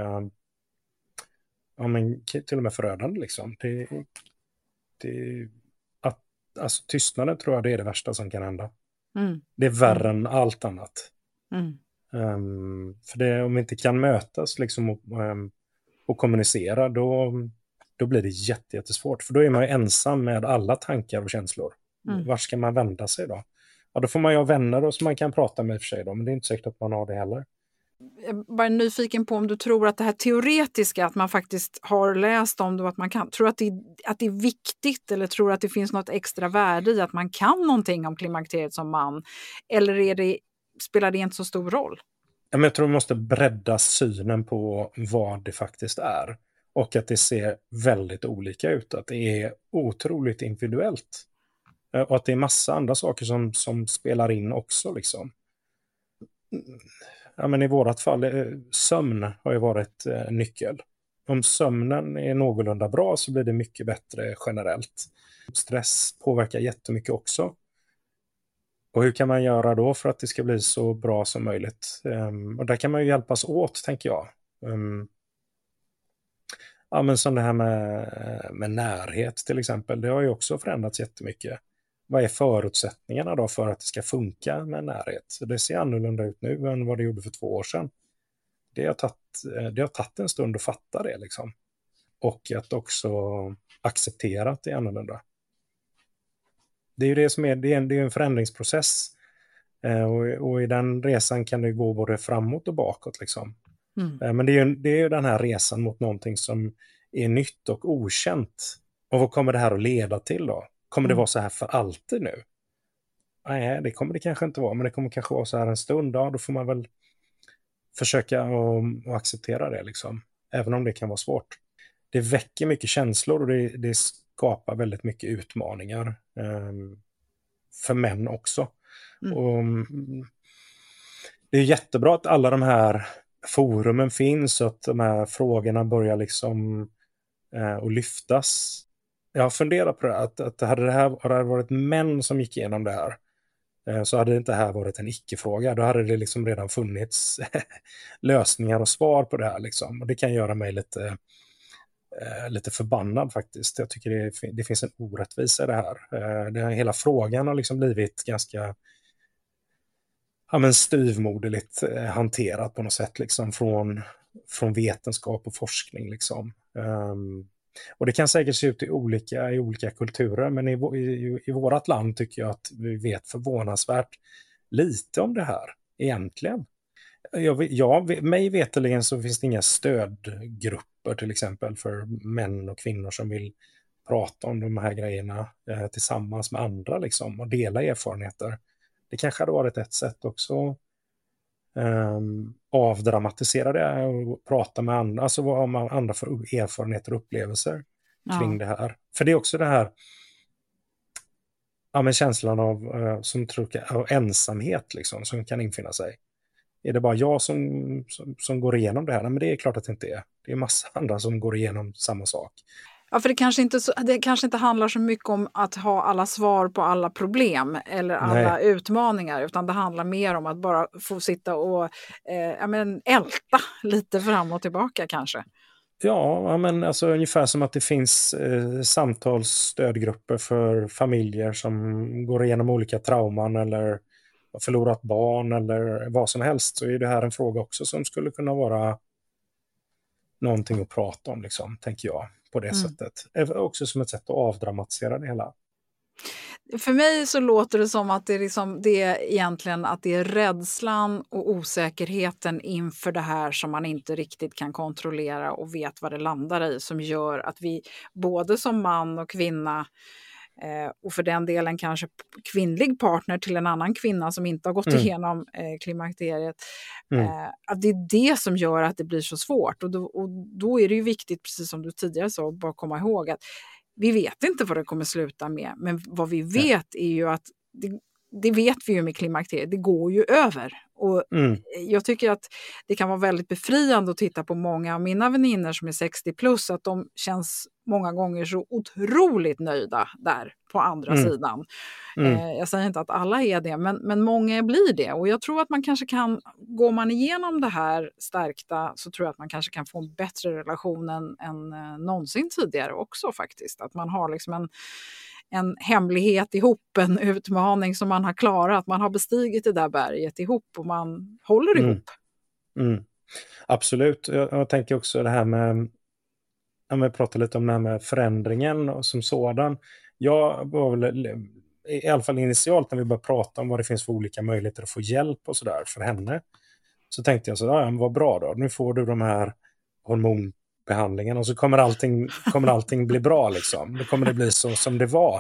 ja men till och med förödande liksom. Det, det, att, alltså tystnaden tror jag det är det värsta som kan hända. Mm. Det är värre mm. än allt annat. Mm. Um, för det, om vi inte kan mötas liksom och, um, och kommunicera, då, då blir det jätte, jättesvårt. För då är man ju ensam med alla tankar och känslor. Mm. Var ska man vända sig då? Ja, då får man ju ha vänner och som man kan prata med för sig då, men det är inte säkert att man har det heller. Jag är bara nyfiken på om du tror att det här teoretiska, att man faktiskt har läst om det och att man kan, tror att det, att det är viktigt, eller tror att det finns något extra värde i att man kan någonting om klimakteriet som man, eller är det, spelar det inte så stor roll? Ja, men jag tror man måste bredda synen på vad det faktiskt är och att det ser väldigt olika ut, att det är otroligt individuellt. Och att det är massa andra saker som, som spelar in också. Liksom. Ja, men i vårat fall, sömn har ju varit eh, nyckel. Om sömnen är någorlunda bra så blir det mycket bättre generellt. Stress påverkar jättemycket också. Och hur kan man göra då för att det ska bli så bra som möjligt? Um, och där kan man ju hjälpas åt, tänker jag. Um, ja, men som det här med, med närhet till exempel, det har ju också förändrats jättemycket. Vad är förutsättningarna då för att det ska funka med närhet? Så det ser annorlunda ut nu än vad det gjorde för två år sedan. Det har tagit, det har tagit en stund att fatta det liksom. Och att också acceptera att det är annorlunda. Det är ju det som är, det är en, det är en förändringsprocess. Eh, och, och i den resan kan det gå både framåt och bakåt liksom. Mm. Eh, men det är ju det är ju den här resan mot någonting som är nytt och okänt. Och vad kommer det här att leda till då? Kommer det vara så här för alltid nu? Nej, det kommer det kanske inte vara. Men det kommer kanske vara så här en stund. Ja, då får man väl försöka och, och acceptera det liksom. Även om det kan vara svårt. Det väcker mycket känslor och det, det skapar väldigt mycket utmaningar. Eh, för män också. Mm. Och, det är jättebra att alla de här forumen finns. Och att de här frågorna börjar liksom eh, att lyftas. Jag har funderat på det, att, att hade det här hade det varit män som gick igenom det här eh, så hade det inte här varit en icke-fråga. Då hade det liksom redan funnits lösningar och svar på det här. Liksom. Och det kan göra mig lite, eh, lite förbannad faktiskt. Jag tycker det, det finns en orättvisa i det här. Eh, det här hela frågan har liksom blivit ganska ja, men styvmoderligt eh, hanterat på något sätt liksom, från, från vetenskap och forskning. Liksom. Um, Och det kan säkert se ut i olika, i olika kulturer, men i, i, i vårt land tycker jag att vi vet förvånansvärt lite om det här egentligen. Jag, vet- ja, mig veterligen så finns det inga stödgrupper till exempel för män och kvinnor som vill prata om de här grejerna eh, tillsammans med andra liksom, och dela erfarenheter. Det kanske hade varit ett sätt också um, avdramatisera det och prata med andra, alltså vad har man andra för erfarenheter och upplevelser kring Ja. det här. För det är också det här ja, men känslan av, uh, som tror jag, av ensamhet liksom, som kan infinna sig. Är det bara jag som, som, som går igenom det här? Nej, men det är klart att det inte är. Det är massa andra som går igenom samma sak. Ja, för det kanske, inte så, det kanske inte handlar så mycket om att ha alla svar på alla problem eller alla Nej. utmaningar, utan det handlar mer om att bara få sitta och eh, ja, men älta lite fram och tillbaka kanske. Ja, ja, men alltså ungefär som att det finns eh, samtalsstödgrupper för familjer som går igenom olika trauman eller har förlorat barn eller vad som helst, så är det här en fråga också som skulle kunna vara någonting att prata om, liksom, tänker jag, på det Mm. sättet. Även också som ett sätt att avdramatisera det hela. För mig så låter det som att det är, liksom, det är egentligen att det är rädslan och osäkerheten inför det här som man inte riktigt kan kontrollera och vet vad det landar i, som gör att vi både som man och kvinna eh, och för den delen kanske kvinnlig partner till en annan kvinna som inte har gått Mm. igenom eh, klimakteriet, Mm. eh, att det är det som gör att det blir så svårt. Och då, och då är det ju viktigt, precis som du tidigare sa, att bara komma ihåg att vi vet inte vad det kommer sluta med, men vad vi vet är ju att det, det vet vi ju med klimakteriet, det går ju över. Och Mm. jag tycker att det kan vara väldigt befriande att titta på många av mina vänner som är sextio plus, att de känns många gånger så otroligt nöjda där på andra Mm. sidan. Mm. Eh, jag säger inte att alla är det, men, men många blir det. Och jag tror att man kanske kan, går man igenom det här stärkta, så tror jag att man kanske kan få en bättre relation än, än eh, någonsin tidigare också faktiskt. Att man har liksom en, en hemlighet ihop, en utmaning som man har klarat. Man har bestigit det där berget ihop och man håller Mm. ihop. Mm. Absolut. Jag, jag tänker också det här med, om vi pratar lite om det här med förändringen och som sådan. Jag var väl, i alla fall initialt när vi började prata om vad det finns för olika möjligheter att få hjälp och sådär för henne, så tänkte jag så ja, men vad bra då, nu får du de här hormonbehandlingen och så kommer allting, kommer allting bli bra liksom. Då kommer det bli så som det var.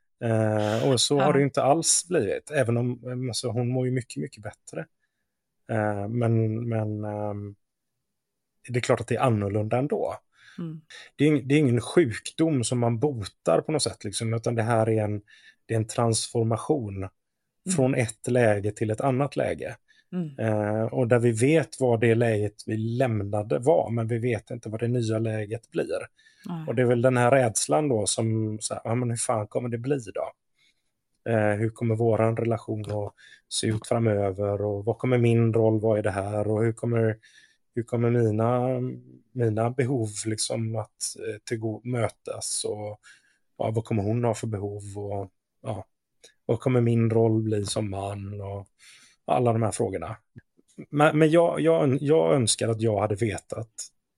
Eh, och så Ja. har det ju inte alls blivit, även om alltså, hon mår ju mycket, mycket bättre. Eh, men men eh, det är klart att det är annorlunda ändå. Mm. Det är, ing, det är ingen sjukdom som man botar på något sätt, liksom, utan det här är en, det är en transformation Mm. från ett läge till ett annat läge. Mm. Eh, och där vi vet vad det läget vi lämnade var, men vi vet inte vad det nya läget blir. Nej. Och det är väl den här rädslan då som, så här, ja, men hur fan kommer det bli då? Eh, hur kommer våran relation att se ut framöver, och vad kommer min roll vara i det här, och hur kommer, hur kommer mina, mina behov liksom att eh, tillgå, mötas, och ja, vad kommer hon ha för behov, och ja, vad kommer min roll bli som man, och alla de här frågorna. Men, men jag, jag, jag önskar att jag hade vetat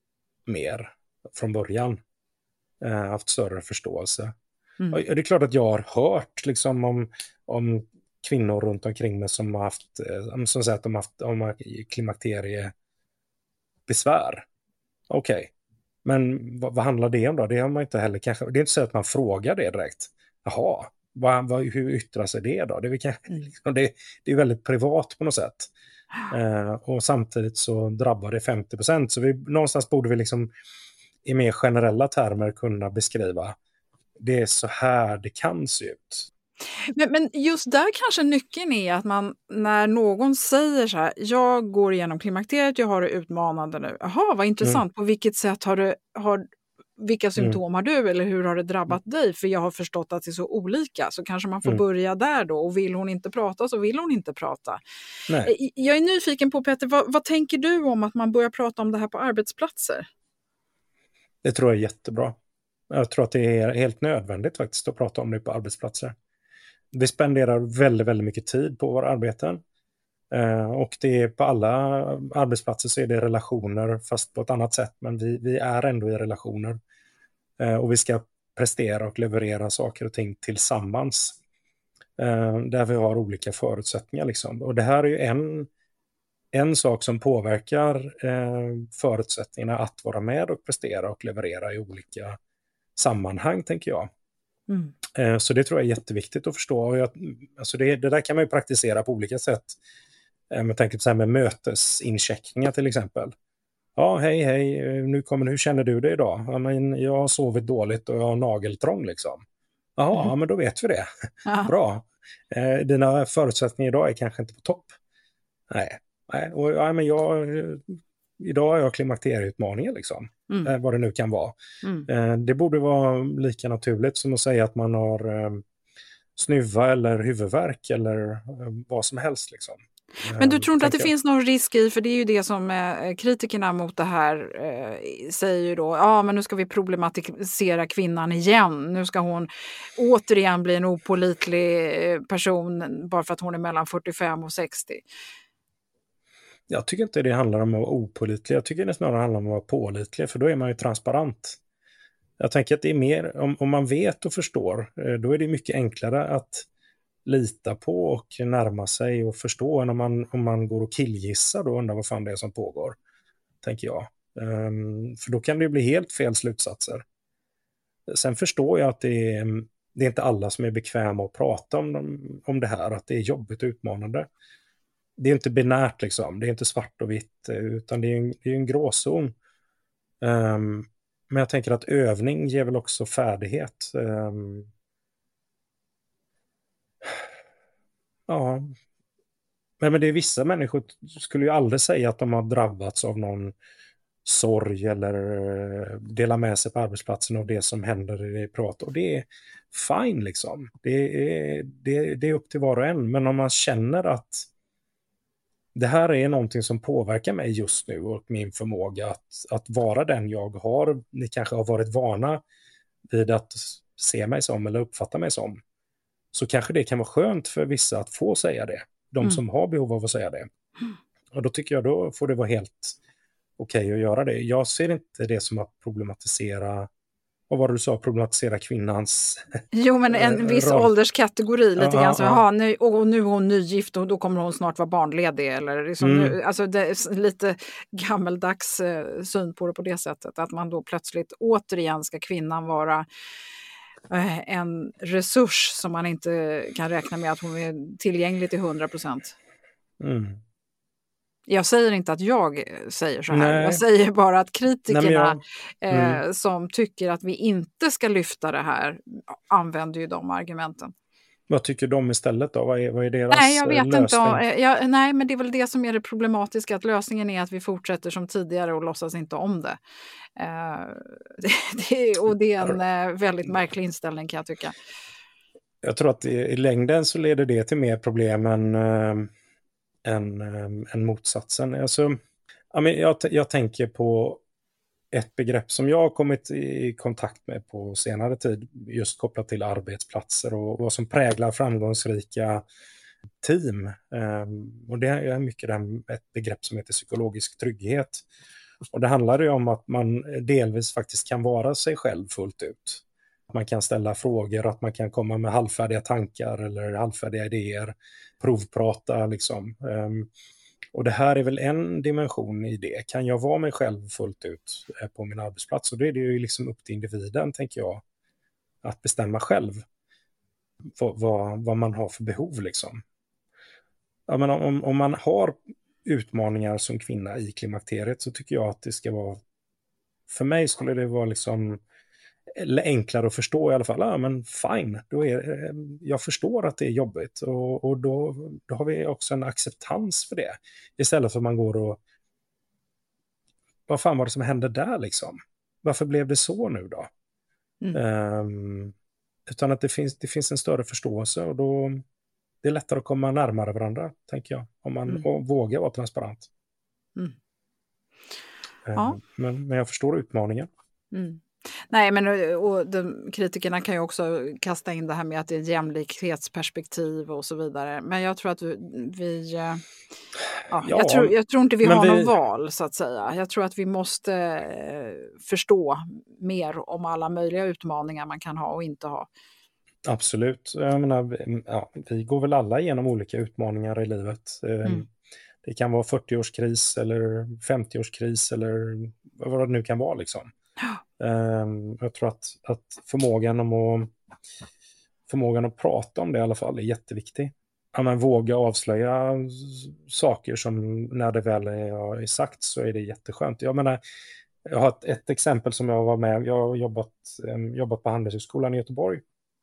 mer från början, eh, haft större förståelse. Mm. Och det är klart att jag har hört liksom, om, om kvinnor runt omkring mig som har haft, eh, som säger att de har haft om klimakteriebesvär. Okej, okay. Men vad, vad handlar det om då? Det har man inte heller kanske, det är inte så att man frågar det direkt. Jaha, vad, vad, hur yttrar sig det då? Det är, kanske, liksom, det, det är väldigt privat på något sätt. Eh, och samtidigt så drabbar det femtio procent. Så vi, någonstans borde vi liksom i mer generella termer kunna beskriva det är så här det kan se ut. Men, men just där kanske nyckeln är att man, när någon säger så här, jag går igenom klimakteriet, jag har det utmanande nu. Jaha, vad intressant. Mm. På vilket sätt har du, har, vilka symptom mm. har du, eller hur har det drabbat mm. dig? För jag har förstått att det är så olika. Så kanske man får mm. börja där då. Och vill hon inte prata så vill hon inte prata. Nej. Jag är nyfiken på, Peter, vad, vad tänker du om att man börjar prata om det här på arbetsplatser? Det tror jag är jättebra. Jag tror att det är helt nödvändigt faktiskt att prata om det på arbetsplatser. Vi spenderar väldigt, väldigt mycket tid på våra arbeten. Eh, och det är på alla arbetsplatser så är det relationer, fast på ett annat sätt. Men vi, vi är ändå i relationer. Eh, och vi ska prestera och leverera saker och ting tillsammans. Eh, där vi har olika förutsättningar. Liksom. Och det här är ju en, en sak som påverkar eh, förutsättningarna att vara med och prestera och leverera i olika sammanhang, tänker jag. Mm. Eh, så det tror jag är jätteviktigt att förstå. Och jag, alltså det, det där kan man ju praktisera på olika sätt. Eh, med tanke på så här med mötesincheckningar till exempel. Ja, hej, hej, nu kommer, hur känner du det idag? Ja, men jag har sovit dåligt och jag har nageltrång liksom. Jaha, mm. ja, men då vet vi det. Ja. Bra. Eh, dina förutsättningar idag är kanske inte på topp. Nej, nej. Och, ja, men jag, idag har jag klimakterieutmaningar liksom. Mm. Eh, vad det nu kan vara. Mm. Eh, det borde vara lika naturligt som att säga att man har eh, snuva eller huvudvärk eller eh, vad som helst liksom. Men du tror inte att det finns någon risk i, för det är ju det som eh, kritikerna mot det här eh, säger ju då, ja men nu ska vi problematisera kvinnan igen, nu ska hon återigen bli en opålitlig person bara för att hon är mellan fyrtiofem och sextio. Jag tycker inte det handlar om att vara opålitlig, jag tycker det snarare handlar om att vara pålitlig, för då är man ju transparent. Jag tänker att det är mer, om, om man vet och förstår, eh, då är det mycket enklare att lita på och närma sig och förstå än om man, om man går och killgissar då och undrar vad fan det är som pågår, tänker jag. Um, för då kan det ju bli helt fel slutsatser. Sen förstår jag att det är, det är inte alla som är bekväma att prata om, dem, om det här, att det är jobbigt och utmanande. Det är inte binärt liksom, det är inte svart och vitt, utan det är en, det är en gråzon. Um, men jag tänker att övning ger väl också färdighet. Um, Ja, men, men det är vissa människor skulle ju aldrig säga att de har drabbats av någon sorg eller dela med sig på arbetsplatsen av det som händer i prat. Och det är fine liksom. Det är, det, det är upp till var och en. Men om man känner att det här är någonting som påverkar mig just nu och min förmåga att, att vara den jag har. Ni kanske har varit vana vid att se mig som eller uppfatta mig som. Så kanske det kan vara skönt för vissa att få säga det. De mm. som har behov av att säga det. Mm. Och då tycker jag då får det vara helt okej okay att göra det. Jag ser inte det som att problematisera, vad var det du sa, problematisera kvinnans Jo, men en viss roll. Ålderskategori lite aha, grann. Så, aha, nu, och nu är hon nygift och då kommer hon snart vara barnledig. Eller liksom mm. nu, alltså det är lite gammeldags eh, syn på det på det sättet. Att man då plötsligt återigen ska kvinnan vara en resurs som man inte kan räkna med att hon är tillgänglig till hundra procent. Mm. Jag säger inte att jag säger så här. Nej. Jag säger bara att kritikerna Nej, jag... mm. eh, som tycker att vi inte ska lyfta det här använder ju de argumenten. Vad tycker de istället då? Vad är, vad är deras nej, jag vet lösning? Inte om, jag, nej, men det är väl det som är det problematiska. Att lösningen är att vi fortsätter som tidigare och låtsas inte om det. Uh, det, det och det är en uh, väldigt märklig inställning kan jag tycka. Jag tror att i, i längden så leder det till mer problem än, uh, än, uh, än motsatsen. Alltså, jag, men, jag, jag tänker på ett begrepp som jag har kommit i kontakt med på senare tid, just kopplat till arbetsplatser och vad som präglar framgångsrika team. Um, och det är mycket ett begrepp som heter psykologisk trygghet. Och det handlar ju om att man delvis faktiskt kan vara sig själv fullt ut. Man kan ställa frågor, att man kan komma med halvfärdiga tankar eller halvfärdiga idéer, provprata liksom. Um, Och det här är väl en dimension i det. Kan jag vara mig själv fullt ut på min arbetsplats? Och då är det ju liksom upp till individen, tänker jag, att bestämma själv vad, vad, vad man har för behov. Liksom. Ja, men om, om man har utmaningar som kvinna i klimakteriet så tycker jag att det ska vara, för mig skulle det vara liksom enklare att förstå i alla fall. Ja, men fine, då är, jag förstår att det är jobbigt och, och då, då har vi också en acceptans för det. Istället för att man går och vad fan var det som hände där liksom? Varför blev det så nu då? Mm. Um, utan att det finns, det finns en större förståelse och då det är lättare att komma närmare varandra, tänker jag. Om man mm. och vågar vara transparent. Mm. Um, ja. men, men jag förstår utmaningen. Mm. Nej, men och de, kritikerna kan ju också kasta in det här med att det är jämlikhetsperspektiv och så vidare. Men jag tror att vi... vi ja, ja, jag, tror, jag tror inte vi har vi... någon val, så att säga. Jag tror att vi måste eh, förstå mer om alla möjliga utmaningar man kan ha och inte ha. Absolut. Jag menar, ja, vi går väl alla igenom olika utmaningar i livet. Mm. Det kan vara fyrtioårskris eller femtioårskris eller vad det nu kan vara liksom. Um, jag tror att, att förmågan, om att, förmågan att prata om det i alla fall är jätteviktig. Ja, men våga avslöja saker som när det väl är, är sagt så är det jätteskönt. Jag menar, jag har ett, ett exempel som jag var med. Jag har jobbat, um, jobbat på Handelshögskolan i Göteborg.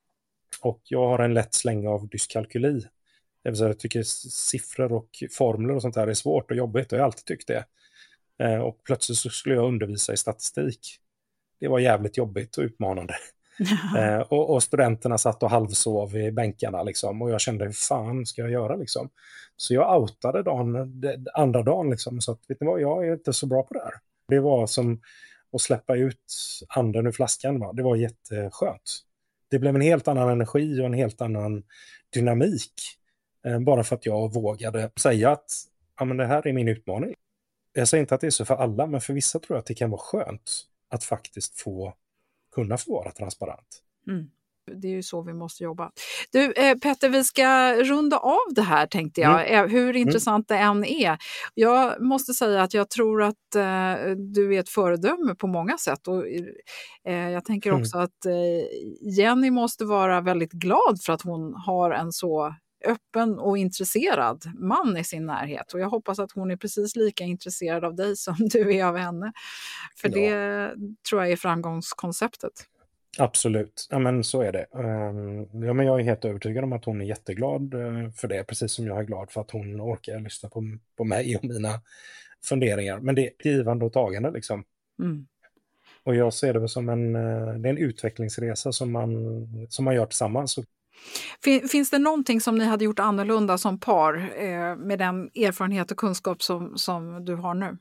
Och jag har en lätt släng av dyskalkyli. Det vill säga, jag tycker siffror och formler och sånt här är svårt och jobbigt. Och jag har alltid tyckt det. Uh, och plötsligt så skulle jag undervisa i statistik. Det var jävligt jobbigt och utmanande. eh, och, och studenterna satt och halvsov i bänkarna liksom, och jag kände, hur fan ska jag göra liksom? Så jag outade dagen, andra dagen liksom, så att, vet ni vad, jag är inte så bra på det här. Det var som att släppa ut anden ur flaskan, va? Det var jätteskönt. Det blev en helt annan energi och en helt annan dynamik, eh, bara för att jag vågade säga att ja, men det här är min utmaning. Jag säger inte att det är så för alla, men för vissa tror jag att det kan vara skönt att faktiskt få kunna få vara transparent. Mm. Det är ju så vi måste jobba. Du eh, Petter, vi ska runda av det här tänkte jag, mm. hur intressant mm. det än är. Jag måste säga att jag tror att eh, du är ett föredöme på många sätt. Och, eh, jag tänker också mm. att eh, Jenny måste vara väldigt glad för att hon har en så öppen och intresserad man i sin närhet. Och jag hoppas att hon är precis lika intresserad av dig som du är av henne. För ja. Det tror jag är framgångskonceptet. Absolut, ja men så är det. Ja, men jag är helt övertygad om att hon är jätteglad för det, precis som jag är glad för att hon orkar lyssna på, på mig och mina funderingar. Men det är givande och tagande liksom. Mm. Och jag ser det som en, det är en utvecklingsresa som man, som man gör tillsammans. Finns det någonting som ni hade gjort annorlunda som par eh, med den erfarenhet och kunskap som, som du har nu?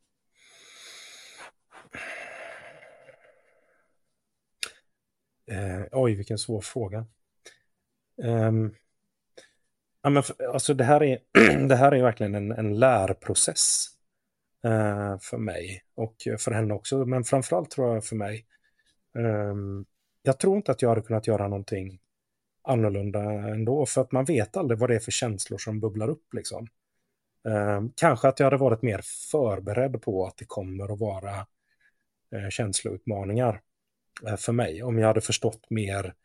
Eh, oj, vilken svår fråga. Um, ja, men för, alltså det här är, det här är verkligen en, en lärprocess uh, för mig och för henne också, men framförallt tror jag för mig. Um, jag tror inte att jag hade kunnat göra någonting annorlunda ändå, för att man vet aldrig vad det är för känslor som bubblar upp liksom. Um, kanske att jag hade varit mer förberedd på att det kommer att vara uh, känsloutmaningar för mig, om jag hade förstått mer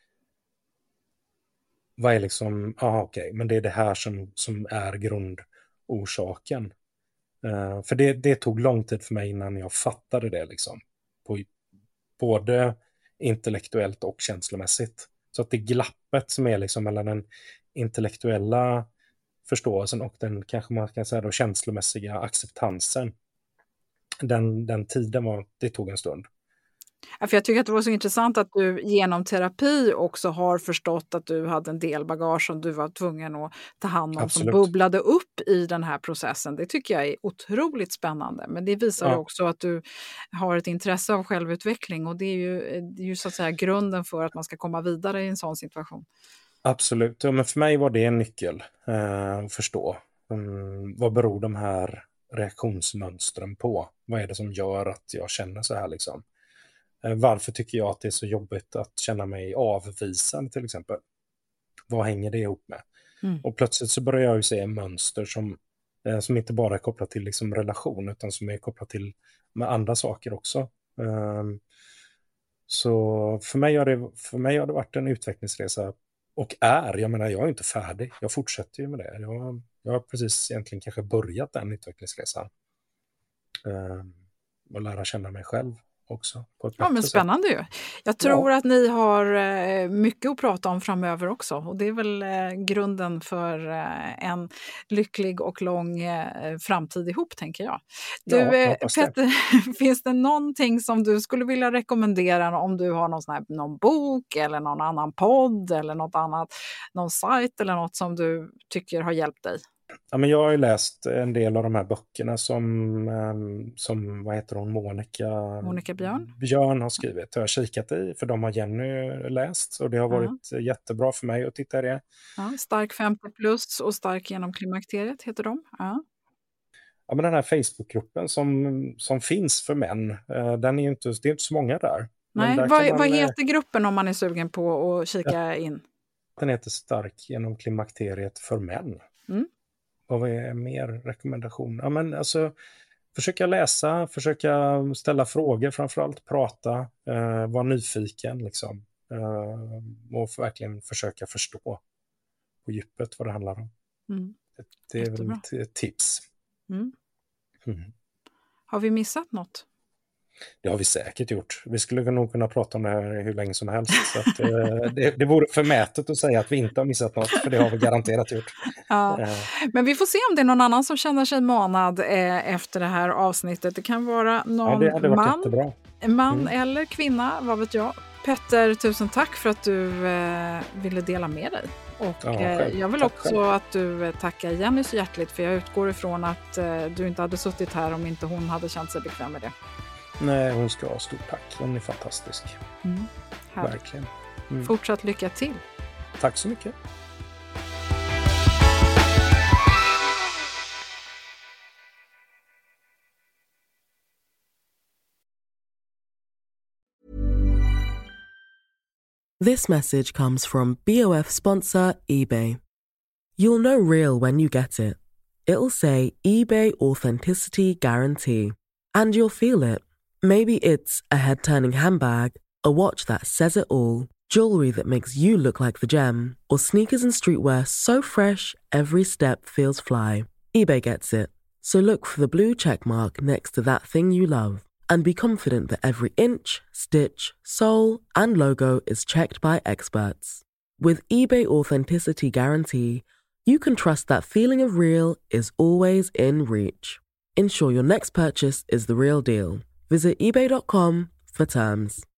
vad är liksom, ja okej, okay, men det är det här som, som är grundorsaken. Uh, för det, det tog lång tid för mig innan jag fattade det liksom, på, både intellektuellt och känslomässigt. Så att det glappet som är liksom mellan den intellektuella förståelsen och den, kanske man kan säga då, känslomässiga acceptansen, den, den tiden var, det tog en stund. Ja, för jag tycker att det var så intressant att du genom terapi också har förstått att du hade en del bagage som du var tvungen att ta hand om. Absolut. Som bubblade upp i den här processen. Det tycker jag är otroligt spännande. Men det visar ja. också att du har ett intresse av självutveckling, och det är ju, det är ju så att säga grunden för att man ska komma vidare i en sån situation. Absolut, ja, men för mig var det en nyckel eh, att förstå. Um, vad beror de här reaktionsmönstren på? Vad är det som gör att jag känner så här liksom? Varför tycker jag att det är så jobbigt att känna mig avvisad till exempel? Vad hänger det ihop med? Mm. Och plötsligt så börjar jag ju se mönster som, eh, som inte bara är kopplat till liksom relation, utan som är kopplat till med andra saker också. Um, så för mig, har det, för mig har det varit en utvecklingsresa, och är, jag menar jag är inte färdig. Jag fortsätter ju med det. Jag, jag har precis egentligen kanske börjat den utvecklingsresan. Um, och lära känna mig själv också. På ett ja, men spännande sätt. Ju. Jag tror ja. att ni har mycket att prata om framöver också. Och det är väl grunden för en lycklig och lång framtid ihop, tänker jag. Du, ja, Petter, finns det någonting som du skulle vilja rekommendera, om du har någon, sån här, någon bok eller någon annan podd eller något annat, någon sajt eller något som du tycker har hjälpt dig? Ja, men jag har ju läst en del av de här böckerna som, som vad heter hon, Monica, Monica Björn. Björn har skrivit. Jag har kikat i, för de har Jenny läst, och det har varit uh-huh. jättebra för mig att titta i det. Ja, Stark femtio plus och Stark genom klimakteriet heter de. Ja. Ja, men den här Facebookgruppen som, som finns för män, den är ju inte, det är inte så många där. Nej, där vad, man, vad heter gruppen om man är sugen på att kika ja, in? Den heter Stark genom klimakteriet för män. Mm. vad är mer rekommendation? Ja, men alltså, försöka läsa, försöka ställa frågor, framförallt prata, eh, vara nyfiken liksom. Eh, och verkligen försöka förstå på djupet vad det handlar om. Mm. Det är Jättebra. väl ett tips. Mm. Mm. Har vi missat något? Det har vi säkert gjort. Vi skulle nog kunna prata om det här hur länge som helst. Så att, eh, det, det vore förmätet att säga att vi inte har missat något, för det har vi garanterat gjort. Ja. Eh, Men vi får se om det är någon annan som känner sig manad eh, efter det här avsnittet. Det kan vara någon ja, det hade varit man, jättebra. man Mm. eller kvinna, vad vet jag. Petter, tusen tack för att du eh, ville dela med dig. Och Ja, eh, själv. jag vill Tack också själv. att du eh, tackar Jenny så hjärtligt, för jag utgår ifrån att eh, du inte hade suttit här om inte hon hade känt sig bekväm med det. Nej, hon ska ha stort tack. Hon är fantastisk. Mm. Härligt. Verkligen. Mm. Fortsatt lycka till. Tack så mycket. This message comes from B O F sponsor eBay. You'll know real when you get it. It'll say eBay Authenticity Guarantee. And you'll feel it. Maybe it's a head-turning handbag, a watch that says it all, jewelry that makes you look like the gem, or sneakers and streetwear so fresh every step feels fly. eBay gets it. So look for the blue check mark next to that thing you love. And be confident that every inch, stitch, sole, and logo is checked by experts. With eBay Authenticity Guarantee, you can trust that feeling of real is always in reach. Ensure your next purchase is the real deal. Visit ebay dot com for terms.